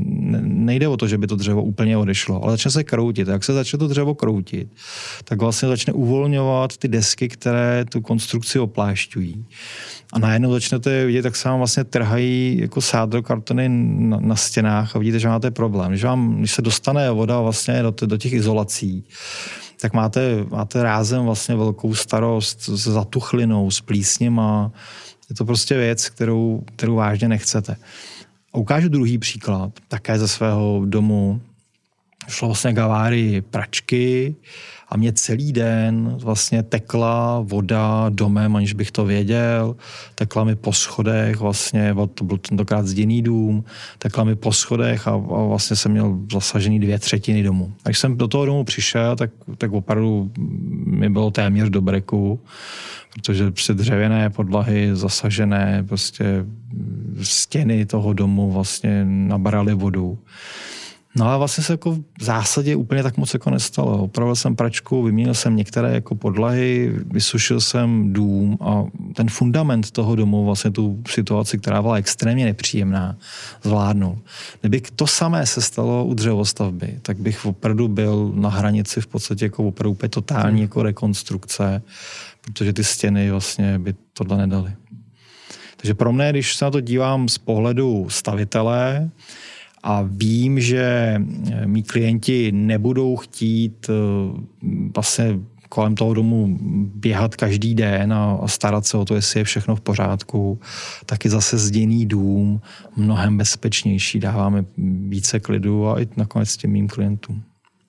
nejde o to, že by to dřevo úplně odešlo, ale začne se kroutit. Jak se začne to dřevo kroutit, tak vlastně začne uvolňovat ty desky, které tu konstrukci oplášťují. A najednou začnete vidět, jak se vám vlastně trhají jako sádrokartony na, na stěnách a vidíte, že máte problém. Když, vám, když se dostane voda vlastně do, do těch izolací, tak máte, máte rázem vlastně velkou starost s zatuchlinou, s plísněma. Je to prostě věc, kterou, kterou vážně nechcete. A ukážu druhý příklad, také ze svého domu. Šlo vlastně k havárii pračky a mě celý den vlastně tekla voda domem, aniž bych to věděl. Tekla mi po schodech, vlastně, to byl tentokrát zděný dům, tekla mi po schodech a, a vlastně jsem měl zasažený dvě třetiny domu. A když jsem do toho domu přišel, tak, tak opravdu mi bylo téměř do breku, protože před dřevěné podlahy zasažené, prostě stěny toho domu vlastně nabaraly vodu. No a vlastně se jako v zásadě úplně tak moc jako nestalo. Opravil jsem pračku, vyměnil jsem některé jako podlahy, vysušil jsem dům a ten fundament toho domu, vlastně tu situaci, která byla extrémně nepříjemná, zvládnul. Kdyby to samé se stalo u dřevostavby, tak bych opravdu byl na hranici v podstatě jako opravdu úplně totální jako rekonstrukce, protože ty stěny vlastně by tohle nedaly. Takže pro mě, když se na to dívám z pohledu stavitele, a vím, že mí klienti nebudou chtít vlastně kolem toho domu běhat každý den a starat se o to, jestli je všechno v pořádku, taky zase zděný dům, mnohem bezpečnější, dáváme více klidu a i nakonec těm mým klientům.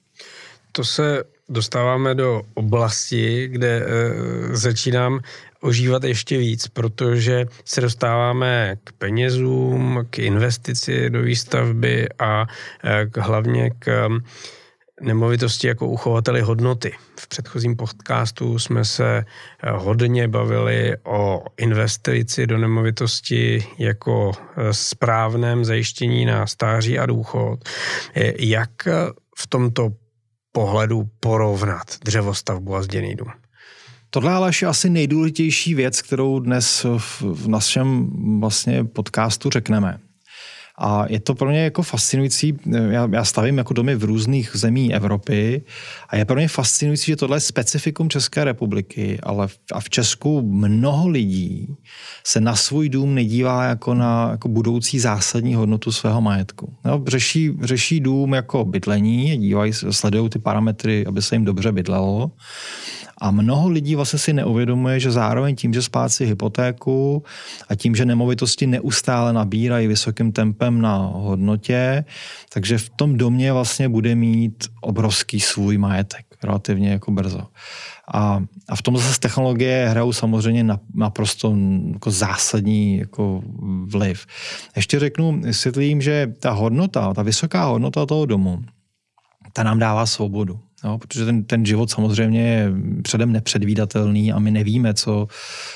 To se dostáváme do oblasti, kde e, začínám ožívat ještě víc, protože se dostáváme k penězům, k investici do výstavby a e, k, hlavně k nemovitosti jako uchovateli hodnoty. V předchozím podcastu jsme se hodně bavili o investici do nemovitosti jako správném zajištění na stáří a důchod. Jak v tomto pohledu porovnat dřevostavbu a zděný dům? Tohle ale je asi nejdůležitější věc, kterou dnes v našem vlastně podcastu řekneme. A je to pro mě jako fascinující, já, já stavím jako domy v různých zemí Evropy a je pro mě fascinující, že tohle je specifikum České republiky, ale v, a v Česku mnoho lidí se na svůj dům nedívá jako na jako budoucí zásadní hodnotu svého majetku. No, řeší, řeší dům jako bydlení, dívají, sledují ty parametry, aby se jim dobře bydlelo. A mnoho lidí vlastně si neuvědomuje, že zároveň tím, že splácí hypotéku a tím, že nemovitosti neustále nabírají vysokým tempem na hodnotě, takže v tom domě vlastně bude mít obrovský svůj majetek, relativně jako brzo. A, a v tom zase technologie hrajou samozřejmě naprosto jako zásadní jako vliv. Ještě řeknu, vysvětlím, že ta hodnota, ta vysoká hodnota toho domu, ta nám dává svobodu. No, protože ten, ten život samozřejmě je předem nepředvídatelný a my nevíme, co,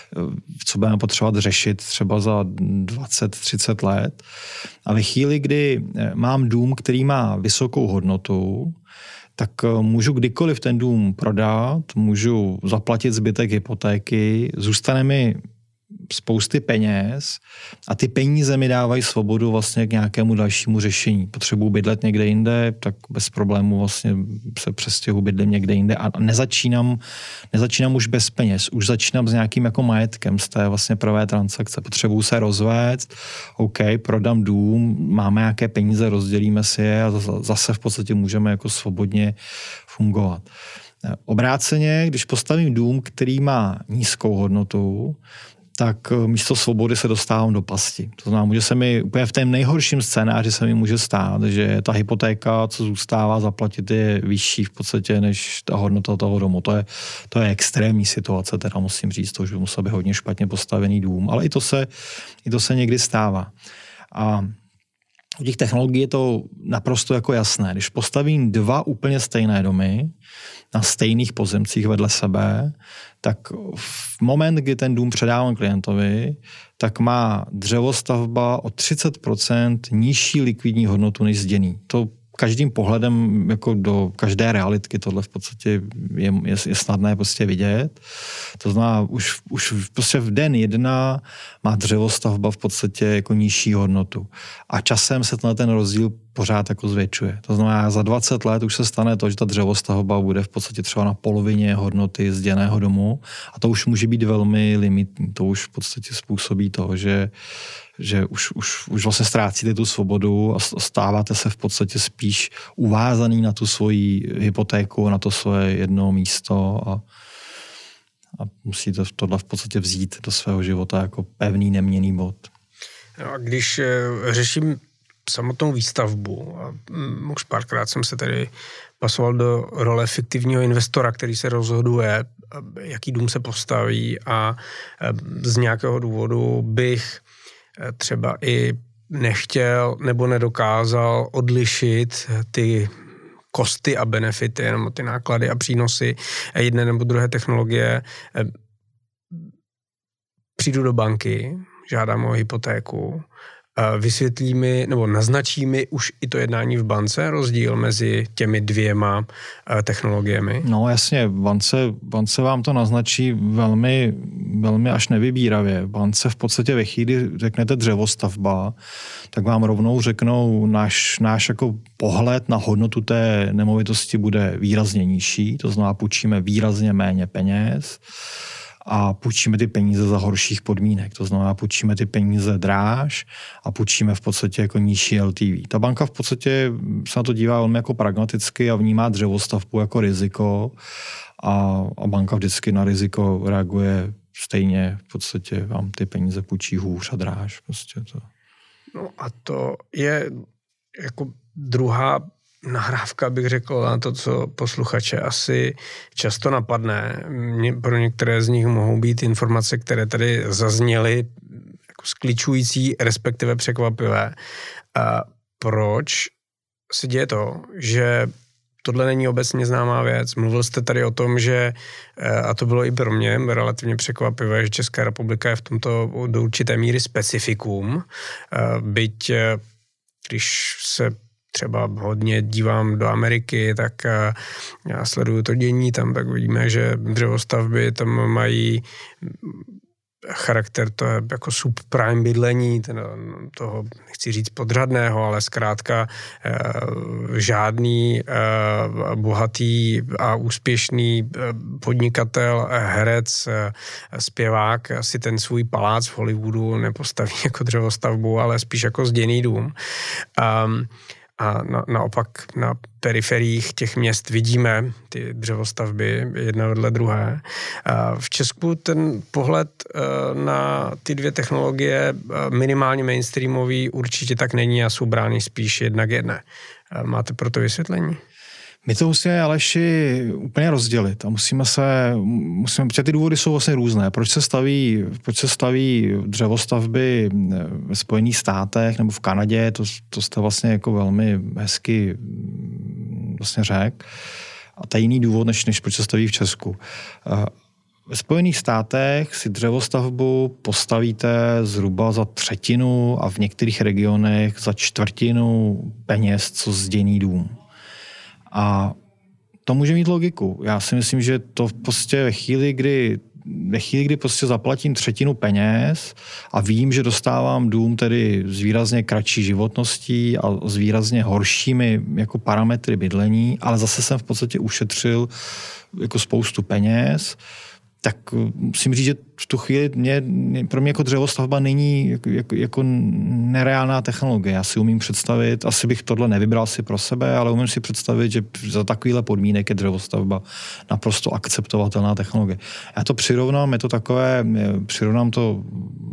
co budeme potřebovat řešit třeba za dvacet třicet let. A ve chvíli, kdy mám dům, který má vysokou hodnotu, tak můžu kdykoliv ten dům prodat, můžu zaplatit zbytek hypotéky, zůstane mi spousty peněz a ty peníze mi dávají svobodu vlastně k nějakému dalšímu řešení. Potřebuji bydlet někde jinde, tak bez problému vlastně se přestěhuji, bydlím někde jinde a nezačínám, nezačínám už bez peněz, už začínám s nějakým jako majetkem z té vlastně prvé transakce. Potřebuji se rozvést, OK, prodám dům, máme nějaké peníze, rozdělíme si je a zase v podstatě můžeme jako svobodně fungovat. Obráceně, když postavím dům, který má nízkou hodnotu, tak místo svobody se dostávám do pasti. To znamená, může se mi úplně v tom nejhorším scénáři se mi může stát, že ta hypotéka, co zůstává zaplatit, je vyšší v podstatě než ta hodnota toho domu. To je, to je extrémní situace, teda musím říct, to už by musel být hodně špatně postavený dům, ale i to se, i to se někdy stává. A u těch technologií je to naprosto jako jasné. Když postavím dva úplně stejné domy na stejných pozemcích vedle sebe, tak v moment, kdy ten dům předávám klientovi, tak má dřevostavba o třicet procent nižší likvidní hodnotu než zděný. To každým pohledem jako do každé realitky tohle v podstatě je, je, je snadné prostě vidět. To znamená, už, už prostě v den jedna má dřevostavba v podstatě jako nižší hodnotu. A časem se ten rozdíl pořád jako zvětšuje. To znamená, za dvacet let už se stane to, že ta dřevostavba bude v podstatě třeba na polovině hodnoty zděného domu a to už může být velmi limitní. To už v podstatě způsobí to, že že už, už, už vlastně ztrácíte tu svobodu a stáváte se v podstatě spíš uvázaný na tu svoji hypotéku, na to svoje jedno místo a, a musíte tohle v podstatě vzít do svého života jako pevný, neměnný bod. No a když řeším samotnou výstavbu, a už párkrát jsem se tady pasoval do role fiktivního investora, který se rozhoduje, jaký dům se postaví a z nějakého důvodu bych třeba i nechtěl nebo nedokázal odlišit ty kosty a benefity, nebo ty náklady a přínosy jedné nebo druhé technologie. Přijdu do banky, žádám o hypotéku, vysvětlí mi, nebo naznačí mi už i to jednání v bance, rozdíl mezi těmi dvěma technologiemi? No jasně, bance, bance vám to naznačí velmi, velmi až nevybíravě. Bance v podstatě ve chvíli řeknete dřevostavba, tak vám rovnou řeknou, náš, náš jako pohled na hodnotu té nemovitosti bude výrazně nižší, to znamená, půjčíme výrazně méně peněz, a půjčíme ty peníze za horších podmínek. To znamená, půjčíme ty peníze dráž a půjčíme v podstatě jako nižší L T V. Ta banka v podstatě se na to dívá velmi jako pragmaticky a vnímá dřevostavbu jako riziko a, a banka vždycky na riziko reaguje stejně. V podstatě vám ty peníze půjčí hůř a dráž. Prostě to. No a to je jako druhá nahrávka, bych řekl, na to, co posluchače asi často napadne. Pro některé z nich mohou být informace, které tady zazněly jako skličující, respektive překvapivé. A proč se děje to, že tohle není obecně známá věc? Mluvil jste tady o tom, že, a to bylo i pro mě relativně překvapivé, že Česká republika je v tomto do určité míry specifikum, byť když se třeba hodně dívám do Ameriky, tak já sleduju to dění tam, tak vidíme, že dřevostavby tam mají charakter to je jako subprime bydlení, ten, toho nechci říct podřadného, ale zkrátka eh, žádný eh, bohatý a úspěšný eh, podnikatel, herec, eh, zpěvák si ten svůj palác v Hollywoodu nepostaví jako dřevostavbu, ale spíš jako zděný dům. Um, A na, naopak na periferiích těch měst vidíme ty dřevostavby jedna vedle druhé. A v Česku ten pohled na ty dvě technologie minimálně mainstreamový určitě tak není a jsou brány spíš jedna k jedné. Máte pro to vysvětlení? My to musíme, Aleši, úplně rozdělit a musíme se, musíme, protože ty důvody jsou vlastně různé. Proč se staví, proč se staví dřevostavby ve Spojených státech nebo v Kanadě, to, to jste vlastně jako velmi hezky vlastně řekl. A to je jiný důvod, než, než proč se staví v Česku. Ve Spojených státech si dřevostavbu postavíte zhruba za třetinu a v některých regionech za čtvrtinu peněz, co zděný dům. A to může mít logiku. Já si myslím, že to prostě ve chvíli, kdy ve chvíli, kdy prostě zaplatím třetinu peněz a vím, že dostávám dům tedy s výrazně kratší životností a s výrazně horšími jako parametry bydlení, ale zase jsem v podstatě ušetřil jako spoustu peněz, tak musím říct, že v tu chvíli mě, pro mě jako dřevostavba není jako, jako, jako nereálná technologie. Já si umím představit, asi bych tohle nevybral si pro sebe, ale umím si představit, že za takovýhle podmínek je dřevostavba naprosto akceptovatelná technologie. Já to přirovnám, je to takové, přirovnám to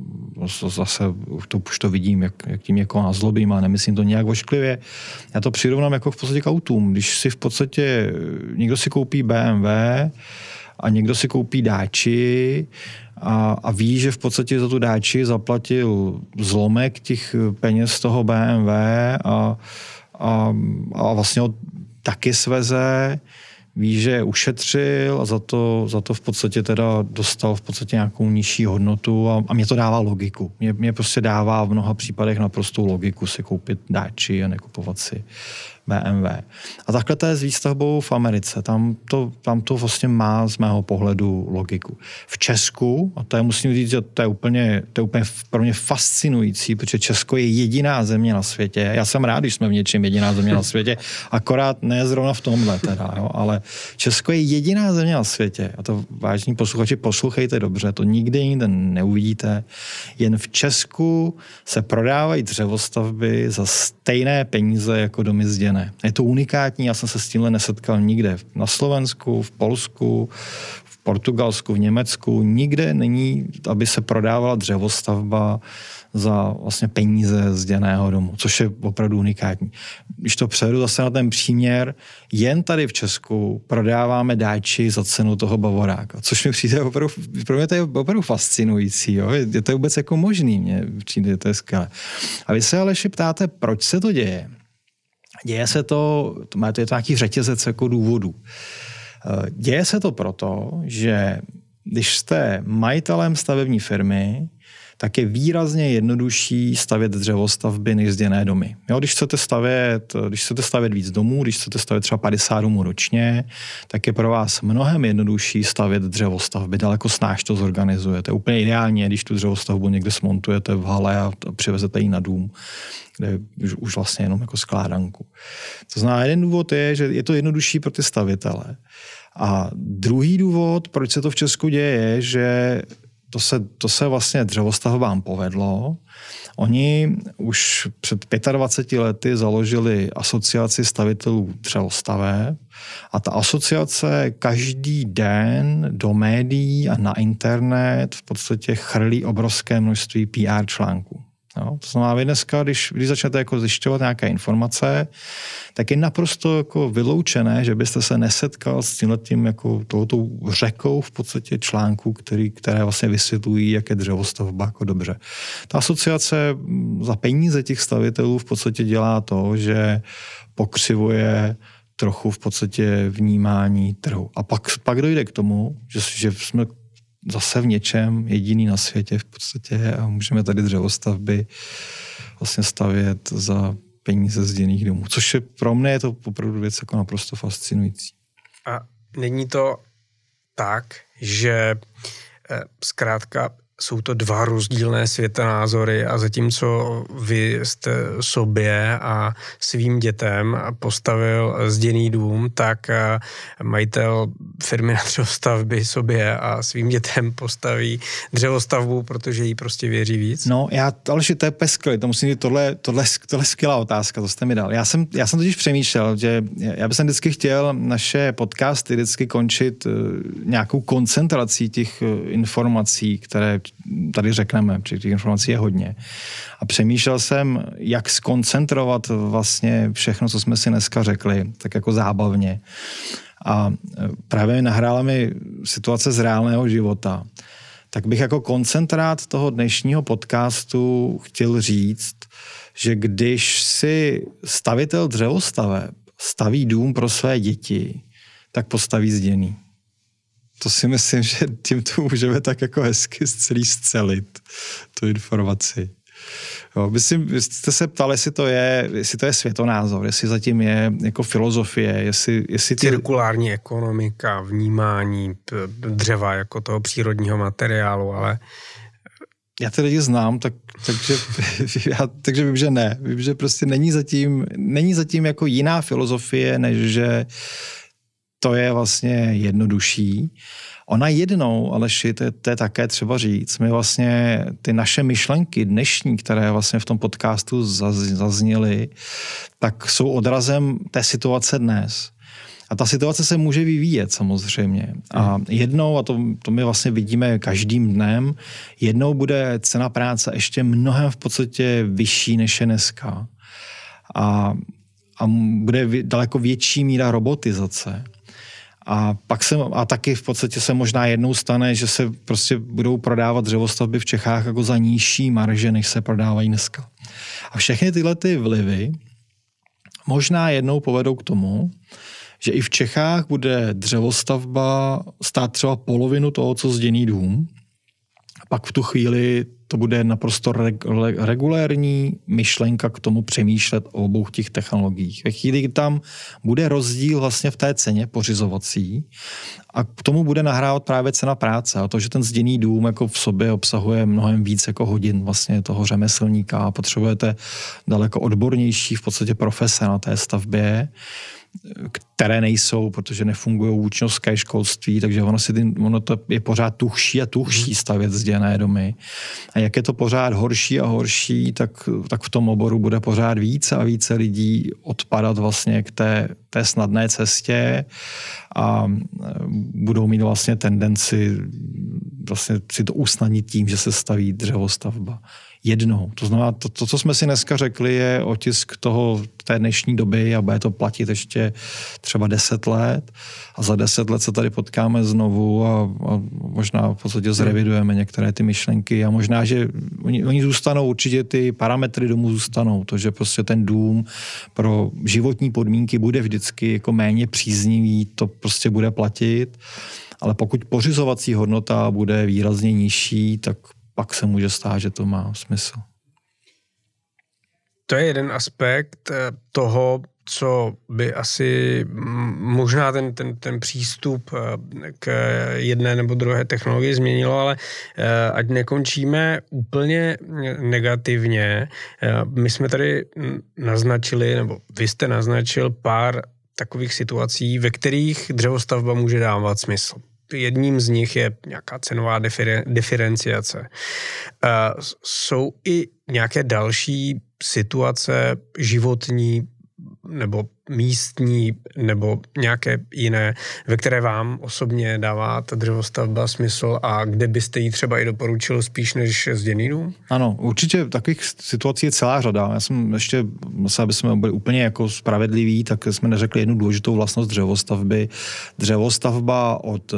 zase, to, už to vidím, jak, jak tím jako nazlobím a nemyslím to nějak ošklivě. Já to přirovnám jako v podstatě k autům. Když si v podstatě, někdo si koupí bé em vé, a někdo si koupí dáči a, a ví, že v podstatě za tu dáči zaplatil zlomek těch peněz z toho bé em vé a, a, a vlastně ho taky sveze, ví, že ušetřil a za to, za to v podstatě teda dostal v podstatě nějakou nižší hodnotu a, a mě to dává logiku. Mě, mě prostě dává v mnoha případech naprostou logiku si koupit dáči a nekupovat si bé em vé. A takhle to je s výstavbou v Americe. Tam to, tam to vlastně má z mého pohledu logiku. V Česku, a to je musím říct, že to je úplně, to je úplně pro mě fascinující, protože Česko je jediná země na světě. Já jsem rád, když jsme v něčem jediná země na světě, akorát ne zrovna v tomhle teda, jo, ale Česko je jediná země na světě. A to vážní posluchači, poslouchejte dobře, to nikdy jinde neuvidíte. Jen v Česku se prodávají dřevostavby za stejné peníze jako domy zděné. Je to unikátní, já jsem se s tímhle nesetkal nikde. Na Slovensku, v Polsku, v Portugalsku, v Německu. Nikde není, aby se prodávala dřevostavba za vlastně peníze zděného domu, což je opravdu unikátní. Když to přejdu zase na ten příměr, jen tady v Česku prodáváme dáči za cenu toho Bavoráka, což mi přijde opravdu, pro mě to je opravdu fascinující, jo? Je to vůbec jako možný, mně přijde, to je skvělé. A vy se ale ptáte, proč se to děje? Děje se to, je to nějaký řetězec jako důvodů. Děje se to proto, že když jste majitelem stavební firmy, tak je výrazně jednodušší stavět dřevostavby než zděné domy. Jo, když chcete stavět, když chcete stavět víc domů, když chcete stavět třeba padesát domů ročně, tak je pro vás mnohem jednodušší stavět dřevostavby. Daleko snáš to zorganizujete. Úplně ideálně, když tu dřevostavbu někde smontujete v hale a přivezete ji na dům, kde už, už vlastně jenom jako skládanku. To znamená, jeden důvod je, že je to jednodušší pro ty stavitele. A druhý důvod, proč se to v Česku děje, je, že To se, to se vlastně dřevostavbám povedlo. Oni už před dvaceti pěti lety založili asociaci stavitelů dřevostaveb a ta asociace každý den do médií a na internet v podstatě chrlí obrovské množství P R článků. Jo? To znamená, vy dneska, když, když začnete jako zjišťovat nějaké informace, tak je naprosto jako vyloučené, že byste se nesetkal s tímhletím jako touto řekou v podstatě článků, který, které vlastně vysvětlují, jak je dřevostavba jako dobře. Ta asociace za peníze těch stavitelů v podstatě dělá to, že pokřivuje trochu v podstatě vnímání trhu. A pak, pak dojde k tomu, že, že jsme zase v něčem jediný na světě v podstatě a můžeme tady dřevostavby vlastně stavět za peníze zděných domů. Což je pro mě je to opravdu věc jako naprosto fascinující. A není to tak, že eh, zkrátka jsou to dva rozdílné světonázory a zatímco vy jste sobě a svým dětem postavil zděný dům, tak majitel firmy na dřevostavby sobě a svým dětem postaví dřevostavbu, protože jí prostě věří víc? No, já, ale to je peskli, to musím říct, tohle, tohle, tohle je skvělá otázka, to jste mi dal. Já jsem, já jsem totiž přemýšlel, že já bych vždycky chtěl naše podcasty vždycky končit nějakou koncentrací těch informací, které tady řekneme, protože těch informací je hodně. A přemýšlel jsem, jak skoncentrovat vlastně všechno, co jsme si dneska řekli, tak jako zábavně. A právě mi nahrála mi situace z reálného života. Tak bych jako koncentrát toho dnešního podcastu chtěl říct, že když si stavitel dřevostaveb staví dům pro své děti, tak postaví zděný. To si myslím, že tím to můžeme tak jako hezky celý scelit, tu informaci. Jo, myslím, jste se ptali, jestli to je, jestli to je světonázor, jestli zatím je jako filozofie, jestli, jestli ty... Cirkulární ekonomika, vnímání dřeva jako toho přírodního materiálu, ale... Já ty lidi znám, tak, takže, já, takže vím, že ne. Vím, že prostě není zatím, není zatím jako jiná filozofie, než že to je vlastně jednodušší. Ona jednou, Aleši, to je, to je také třeba říct, my vlastně ty naše myšlenky dnešní, které vlastně v tom podcastu zazněly, tak jsou odrazem té situace dnes. A ta situace se může vyvíjet samozřejmě. A jednou, a to, to my vlastně vidíme každým dnem, jednou bude cena práce ještě mnohem v podstatě vyšší, než je dneska. A, a bude daleko větší míra robotizace. A pak se, a taky v podstatě se možná jednou stane, že se prostě budou prodávat dřevostavby v Čechách jako za nižší marže, než se prodávají dneska. A všechny tyhle ty vlivy možná jednou povedou k tomu, že i v Čechách bude dřevostavba stát třeba polovinu toho, co zděný dům. Pak v tu chvíli to bude naprosto regulérní myšlenka k tomu přemýšlet o obou těch technologiích. Ve chvíli, kdy tam bude rozdíl vlastně v té ceně pořizovací a k tomu bude nahrávat právě cena práce. A to, že ten zděný dům jako v sobě obsahuje mnohem víc jako hodin vlastně toho řemeslníka a potřebujete daleko odbornější v podstatě profese na té stavbě, které nejsou, protože nefungují učňovské školství, takže ono, si, ono to je pořád tuhší a tuhší stavět zděné domy. A jak je to pořád horší a horší, tak, tak v tom oboru bude pořád více a více lidí odpadat vlastně k té, té snadné cestě a budou mít vlastně tendenci vlastně si to usnadnit tím, že se staví dřevostavba. Jednou. To znamená, to, to, co jsme si dneska řekli, je otisk toho té dnešní doby a bude to platit ještě třeba deset let a za deset let se tady potkáme znovu a, a možná v podstatě zrevidujeme některé ty myšlenky a možná, že oni, oni zůstanou, určitě ty parametry domu zůstanou, to, že prostě ten dům pro životní podmínky bude vždycky jako méně příznivý, to prostě bude platit, ale pokud pořizovací hodnota bude výrazně nižší, tak pak se může stát, že to má smysl. To je jeden aspekt toho, co by asi možná ten, ten, ten přístup k jedné nebo druhé technologii změnilo, ale ať nekončíme úplně negativně. My jsme tady naznačili, nebo vy jste naznačil pár takových situací, ve kterých dřevostavba může dávat smysl. Jedním z nich je nějaká cenová diferenciace. Uh, jsou i nějaké další situace životní nebo místní nebo nějaké jiné, ve které vám osobně dává ta dřevostavba smysl a kde byste ji třeba i doporučil spíš než zděný dům? Ano, určitě takových situací je celá řada. Já jsem ještě, aby jsme byli úplně jako spravedliví, tak jsme neřekli jednu důležitou vlastnost dřevostavby. Dřevostavba od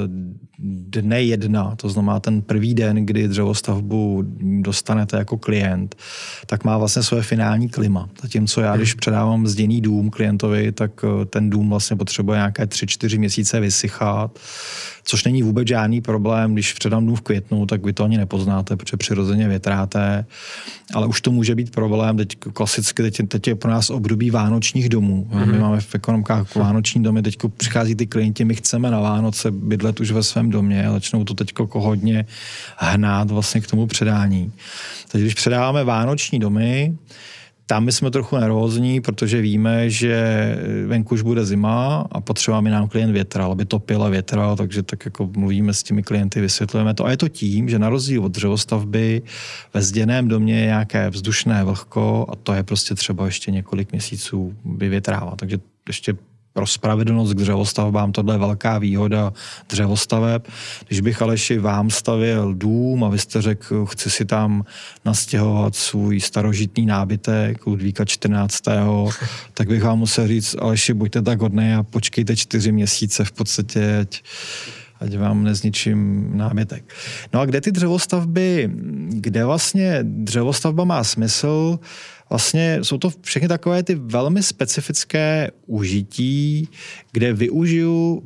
dne jedna, to znamená ten první den, kdy dřevostavbu dostanete jako klient, tak má vlastně své finální klima. Zatímco já, když předávám zděný dům klientovi, tak ten dům vlastně potřebuje nějaké tři čtyři měsíce vysychat, což není vůbec žádný problém. Když předám dům v květnu, tak vy to ani nepoznáte, protože přirozeně větráte, ale už to může být problém. Teď klasicky, teď, teď je pro nás období vánočních domů. Mm-hmm. My máme v ekonomkách vánoční domy, teď přichází ty klienti, my chceme na Vánoce bydlet už ve svém domě, začnou to teď hodně hnát vlastně k tomu předání. Takže když předáváme vánoční domy, tam my jsme trochu nervózní, protože víme, že venku už bude zima a potřebujeme nám klient větral, aby topil a větral, takže tak jako mluvíme s těmi klienty, vysvětlujeme to. A je to tím, že na rozdíl od dřevostavby ve zděném domě je nějaké vzdušné vlhko a to je prostě třeba ještě několik měsíců vyvětrávat. Takže ještě pro spravedlnost k dřevostavbám tohle je velká výhoda dřevostaveb. Když bych Aleši vám stavěl dům a vy jste řekl, chci si tam nastěhovat svůj starožitný nábytek Ludvíka čtrnáctého tak bych vám musel říct, Aleši, buďte tak hodný a počkejte čtyři měsíce v podstatě, ať, ať vám nezničím nábytek. No a kde ty dřevostavby, kde vlastně dřevostavba má smysl, vlastně jsou to všechny takové ty velmi specifické užití, kde využiju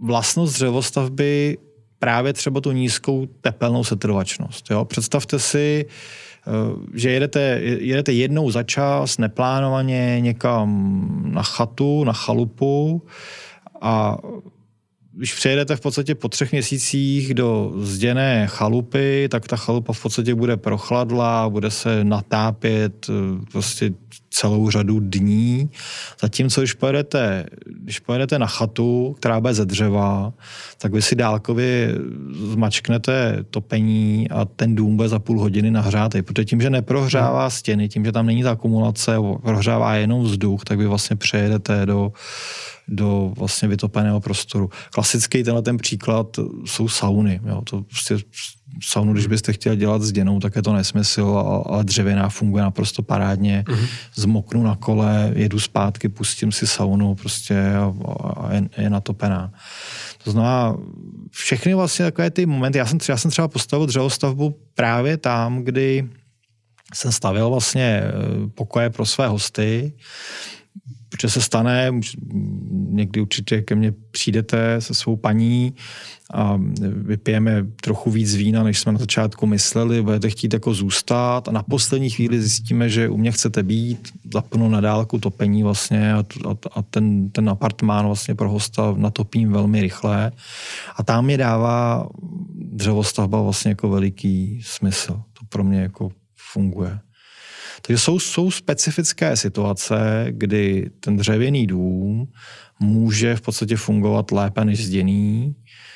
vlastnost dřevostavby právě třeba tu nízkou tepelnou setrvačnost. Jo? Představte si, že jedete, jedete jednou za čas neplánovaně někam na chatu, na chalupu a když přejedete v podstatě po třech měsících do zděné chalupy, tak ta chalupa v podstatě bude prochladlá, bude se natápět prostě celou řadu dní. Zatímco když pojedete, když pojedete na chatu, která bude ze dřeva, tak vy si dálkově zmačknete topení a ten dům bude za půl hodiny nahřátý. Protože tím, že neprohřává stěny, tím, že tam není ta akumulace, prohřává jenom vzduch, tak vy vlastně přejedete do do vlastně vytopeného prostoru. Klasický tenhle ten příklad jsou sauny. Jo. To prostě saunu, když byste chtěli dělat zděnou, tak je to nesmysl, ale dřevěná funguje naprosto parádně. Mm-hmm. Zmoknu na kole, jedu zpátky, pustím si saunu prostě a, a je, je natopená. To znamená, všechny vlastně takové ty momenty, já jsem, já jsem třeba postavil dřevostavbu právě tam, kdy jsem stavěl vlastně pokoje pro své hosty, protože se stane, někdy určitě ke mně přijdete se svou paní a vypijeme trochu víc vína, než jsme na začátku mysleli, budete chtít jako zůstat a na poslední chvíli zjistíme, že u mě chcete být, zapnu na dálku topení vlastně a, a, a ten, ten apartmán vlastně pro hosta natopím velmi rychle a tam mi dává dřevostavba vlastně jako veliký smysl. To pro mě jako funguje. Takže jsou, jsou specifické situace, kdy ten dřevěný dům může v podstatě fungovat lépe než zděný.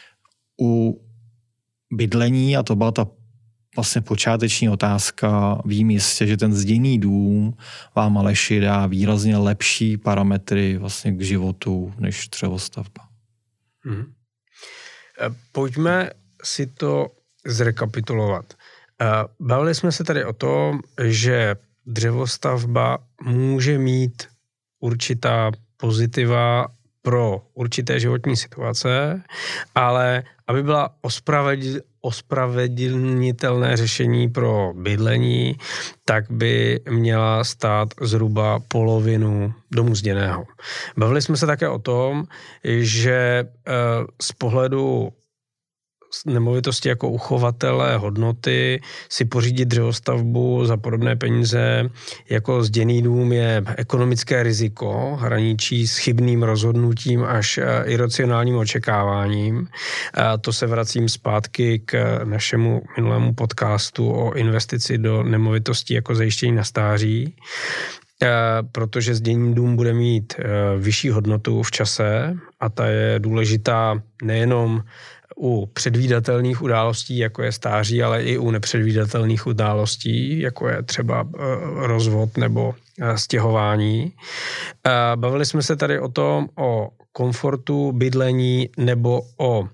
U bydlení, a to byla ta vlastně počáteční otázka, vím jistě, že ten zděný dům vám, Aleši, dá výrazně lepší parametry vlastně k životu než dřevostavba. Hmm. Pojďme si to zrekapitulovat. Bavili jsme se tady o tom, že dřevostavba může mít určitá pozitiva pro určité životní situace, ale aby byla ospravedl, ospravedlnitelné řešení pro bydlení, tak by měla stát zhruba polovinu domu zděného. Bavili jsme se také o tom, že z pohledu nemovitosti jako uchovatele hodnoty si pořídit dřevostavbu za podobné peníze jako zděný dům je ekonomické riziko, hraničí s chybným rozhodnutím až iracionálním očekáváním. A to se vracím zpátky k našemu minulému podcastu o investici do nemovitostí jako zajištění na stáří, protože zděný dům bude mít vyšší hodnotu v čase a ta je důležitá nejenom u předvídatelných událostí, jako je stáří, ale i u nepředvídatelných událostí, jako je třeba rozvod nebo stěhování. Bavili jsme se tady o tom, o komfortu bydlení nebo o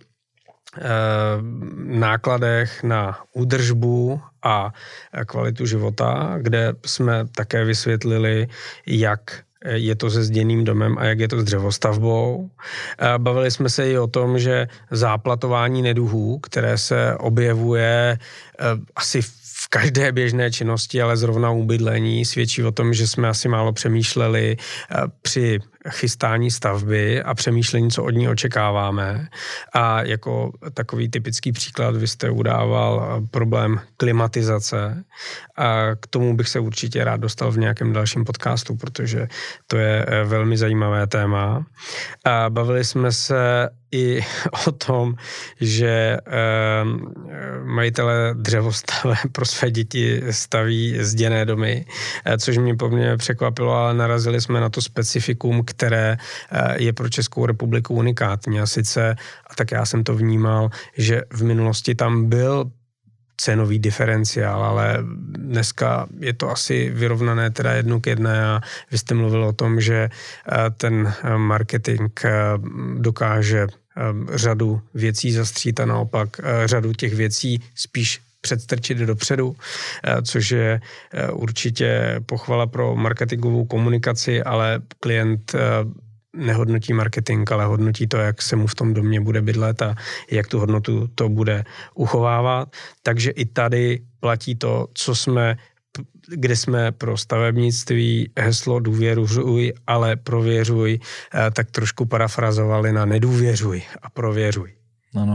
nákladech na údržbu a kvalitu života, kde jsme také vysvětlili, jak je to se zděným domem a jak je to s dřevostavbou. Bavili jsme se i o tom, že záplatování neduhů, které se objevuje asi v každé běžné činnosti, ale zrovna u bydlení, svědčí o tom, že jsme asi málo přemýšleli při chystání stavby a přemýšlení, co od ní očekáváme. A jako takový typický příklad vy jste udával problém klimatizace. A k tomu bych se určitě rád dostal v nějakém dalším podcastu, protože to je velmi zajímavé téma. A bavili jsme se i o tom, že e, majitelé dřevostaveb pro své děti staví zděné domy, e, což mě poměrně překvapilo, ale narazili jsme na to specifikum, které e, je pro Českou republiku unikátní. A sice, a tak já jsem to vnímal, že v minulosti tam byl cenový diferenciál, ale dneska je to asi vyrovnané teda jednu k jedné a vy jste mluvil o tom, že ten marketing dokáže řadu věcí zastřít a naopak řadu těch věcí spíš předstrčit dopředu, což je určitě pochvala pro marketingovou komunikaci, ale klient nehodnotí marketing, ale hodnotí to, jak se mu v tom domě bude bydlet a jak tu hodnotu to bude uchovávat. Takže i tady platí to, co jsme kde jsme pro stavebnictví heslo důvěřuj, ale prověřuj, tak trošku parafrazovali na nedůvěřuj a prověřuj. Ano.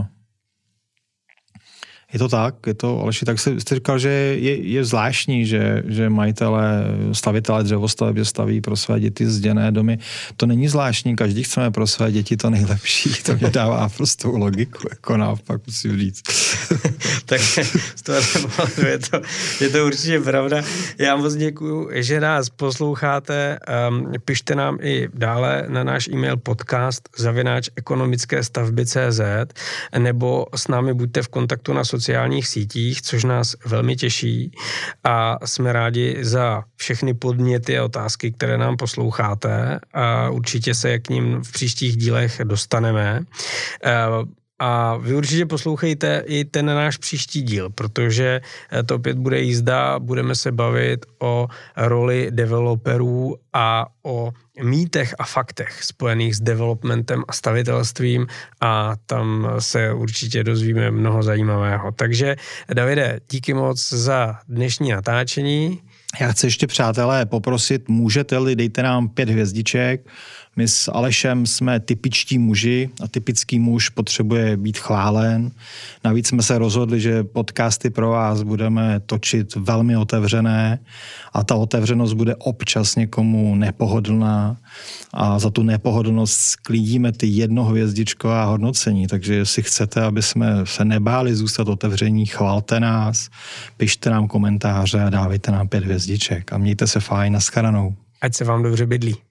Je to tak, je to, Aleši, tak jste říkal, že je, je zvláštní, že, že majitelé, stavitelé dřevostavby staví pro své děti zděné domy. To není zvláštní, každý chceme pro své děti to nejlepší, to mě dává prostou logiku, jako naopak musím říct. Tak z toho je to, je to určitě pravda. Já moc děkuju, že nás posloucháte. Um, pište nám i dále na náš e-mail podcast zavináč ekonomické stavby tečka cé zet nebo s námi buďte v kontaktu na sociálních sítích, což nás velmi těší a jsme rádi za všechny podněty a otázky, které nám posloucháte a určitě se k ním v příštích dílech dostaneme. A vy určitě poslouchejte i ten náš příští díl, protože to opět bude jízda, budeme se bavit o roli developerů a o mýtech a faktech spojených s developmentem a stavitelstvím a tam se určitě dozvíme mnoho zajímavého. Takže Davide, díky moc za dnešní natáčení. Já chci ještě, přátelé, poprosit, můžete-li, dejte nám pět hvězdiček. My s Alešem jsme typičtí muži a typický muž potřebuje být chválen. Navíc jsme se rozhodli, že podcasty pro vás budeme točit velmi otevřené a ta otevřenost bude občas někomu nepohodlná a za tu nepohodlnost sklidíme ty jednohvězdičková hodnocení. Takže jestli chcete, aby jsme se nebáli zůstat otevření, chvalte nás, pište nám komentáře a dávejte nám pět hvězdiček a mějte se fajn, nashledanou. Ať se vám dobře bydlí.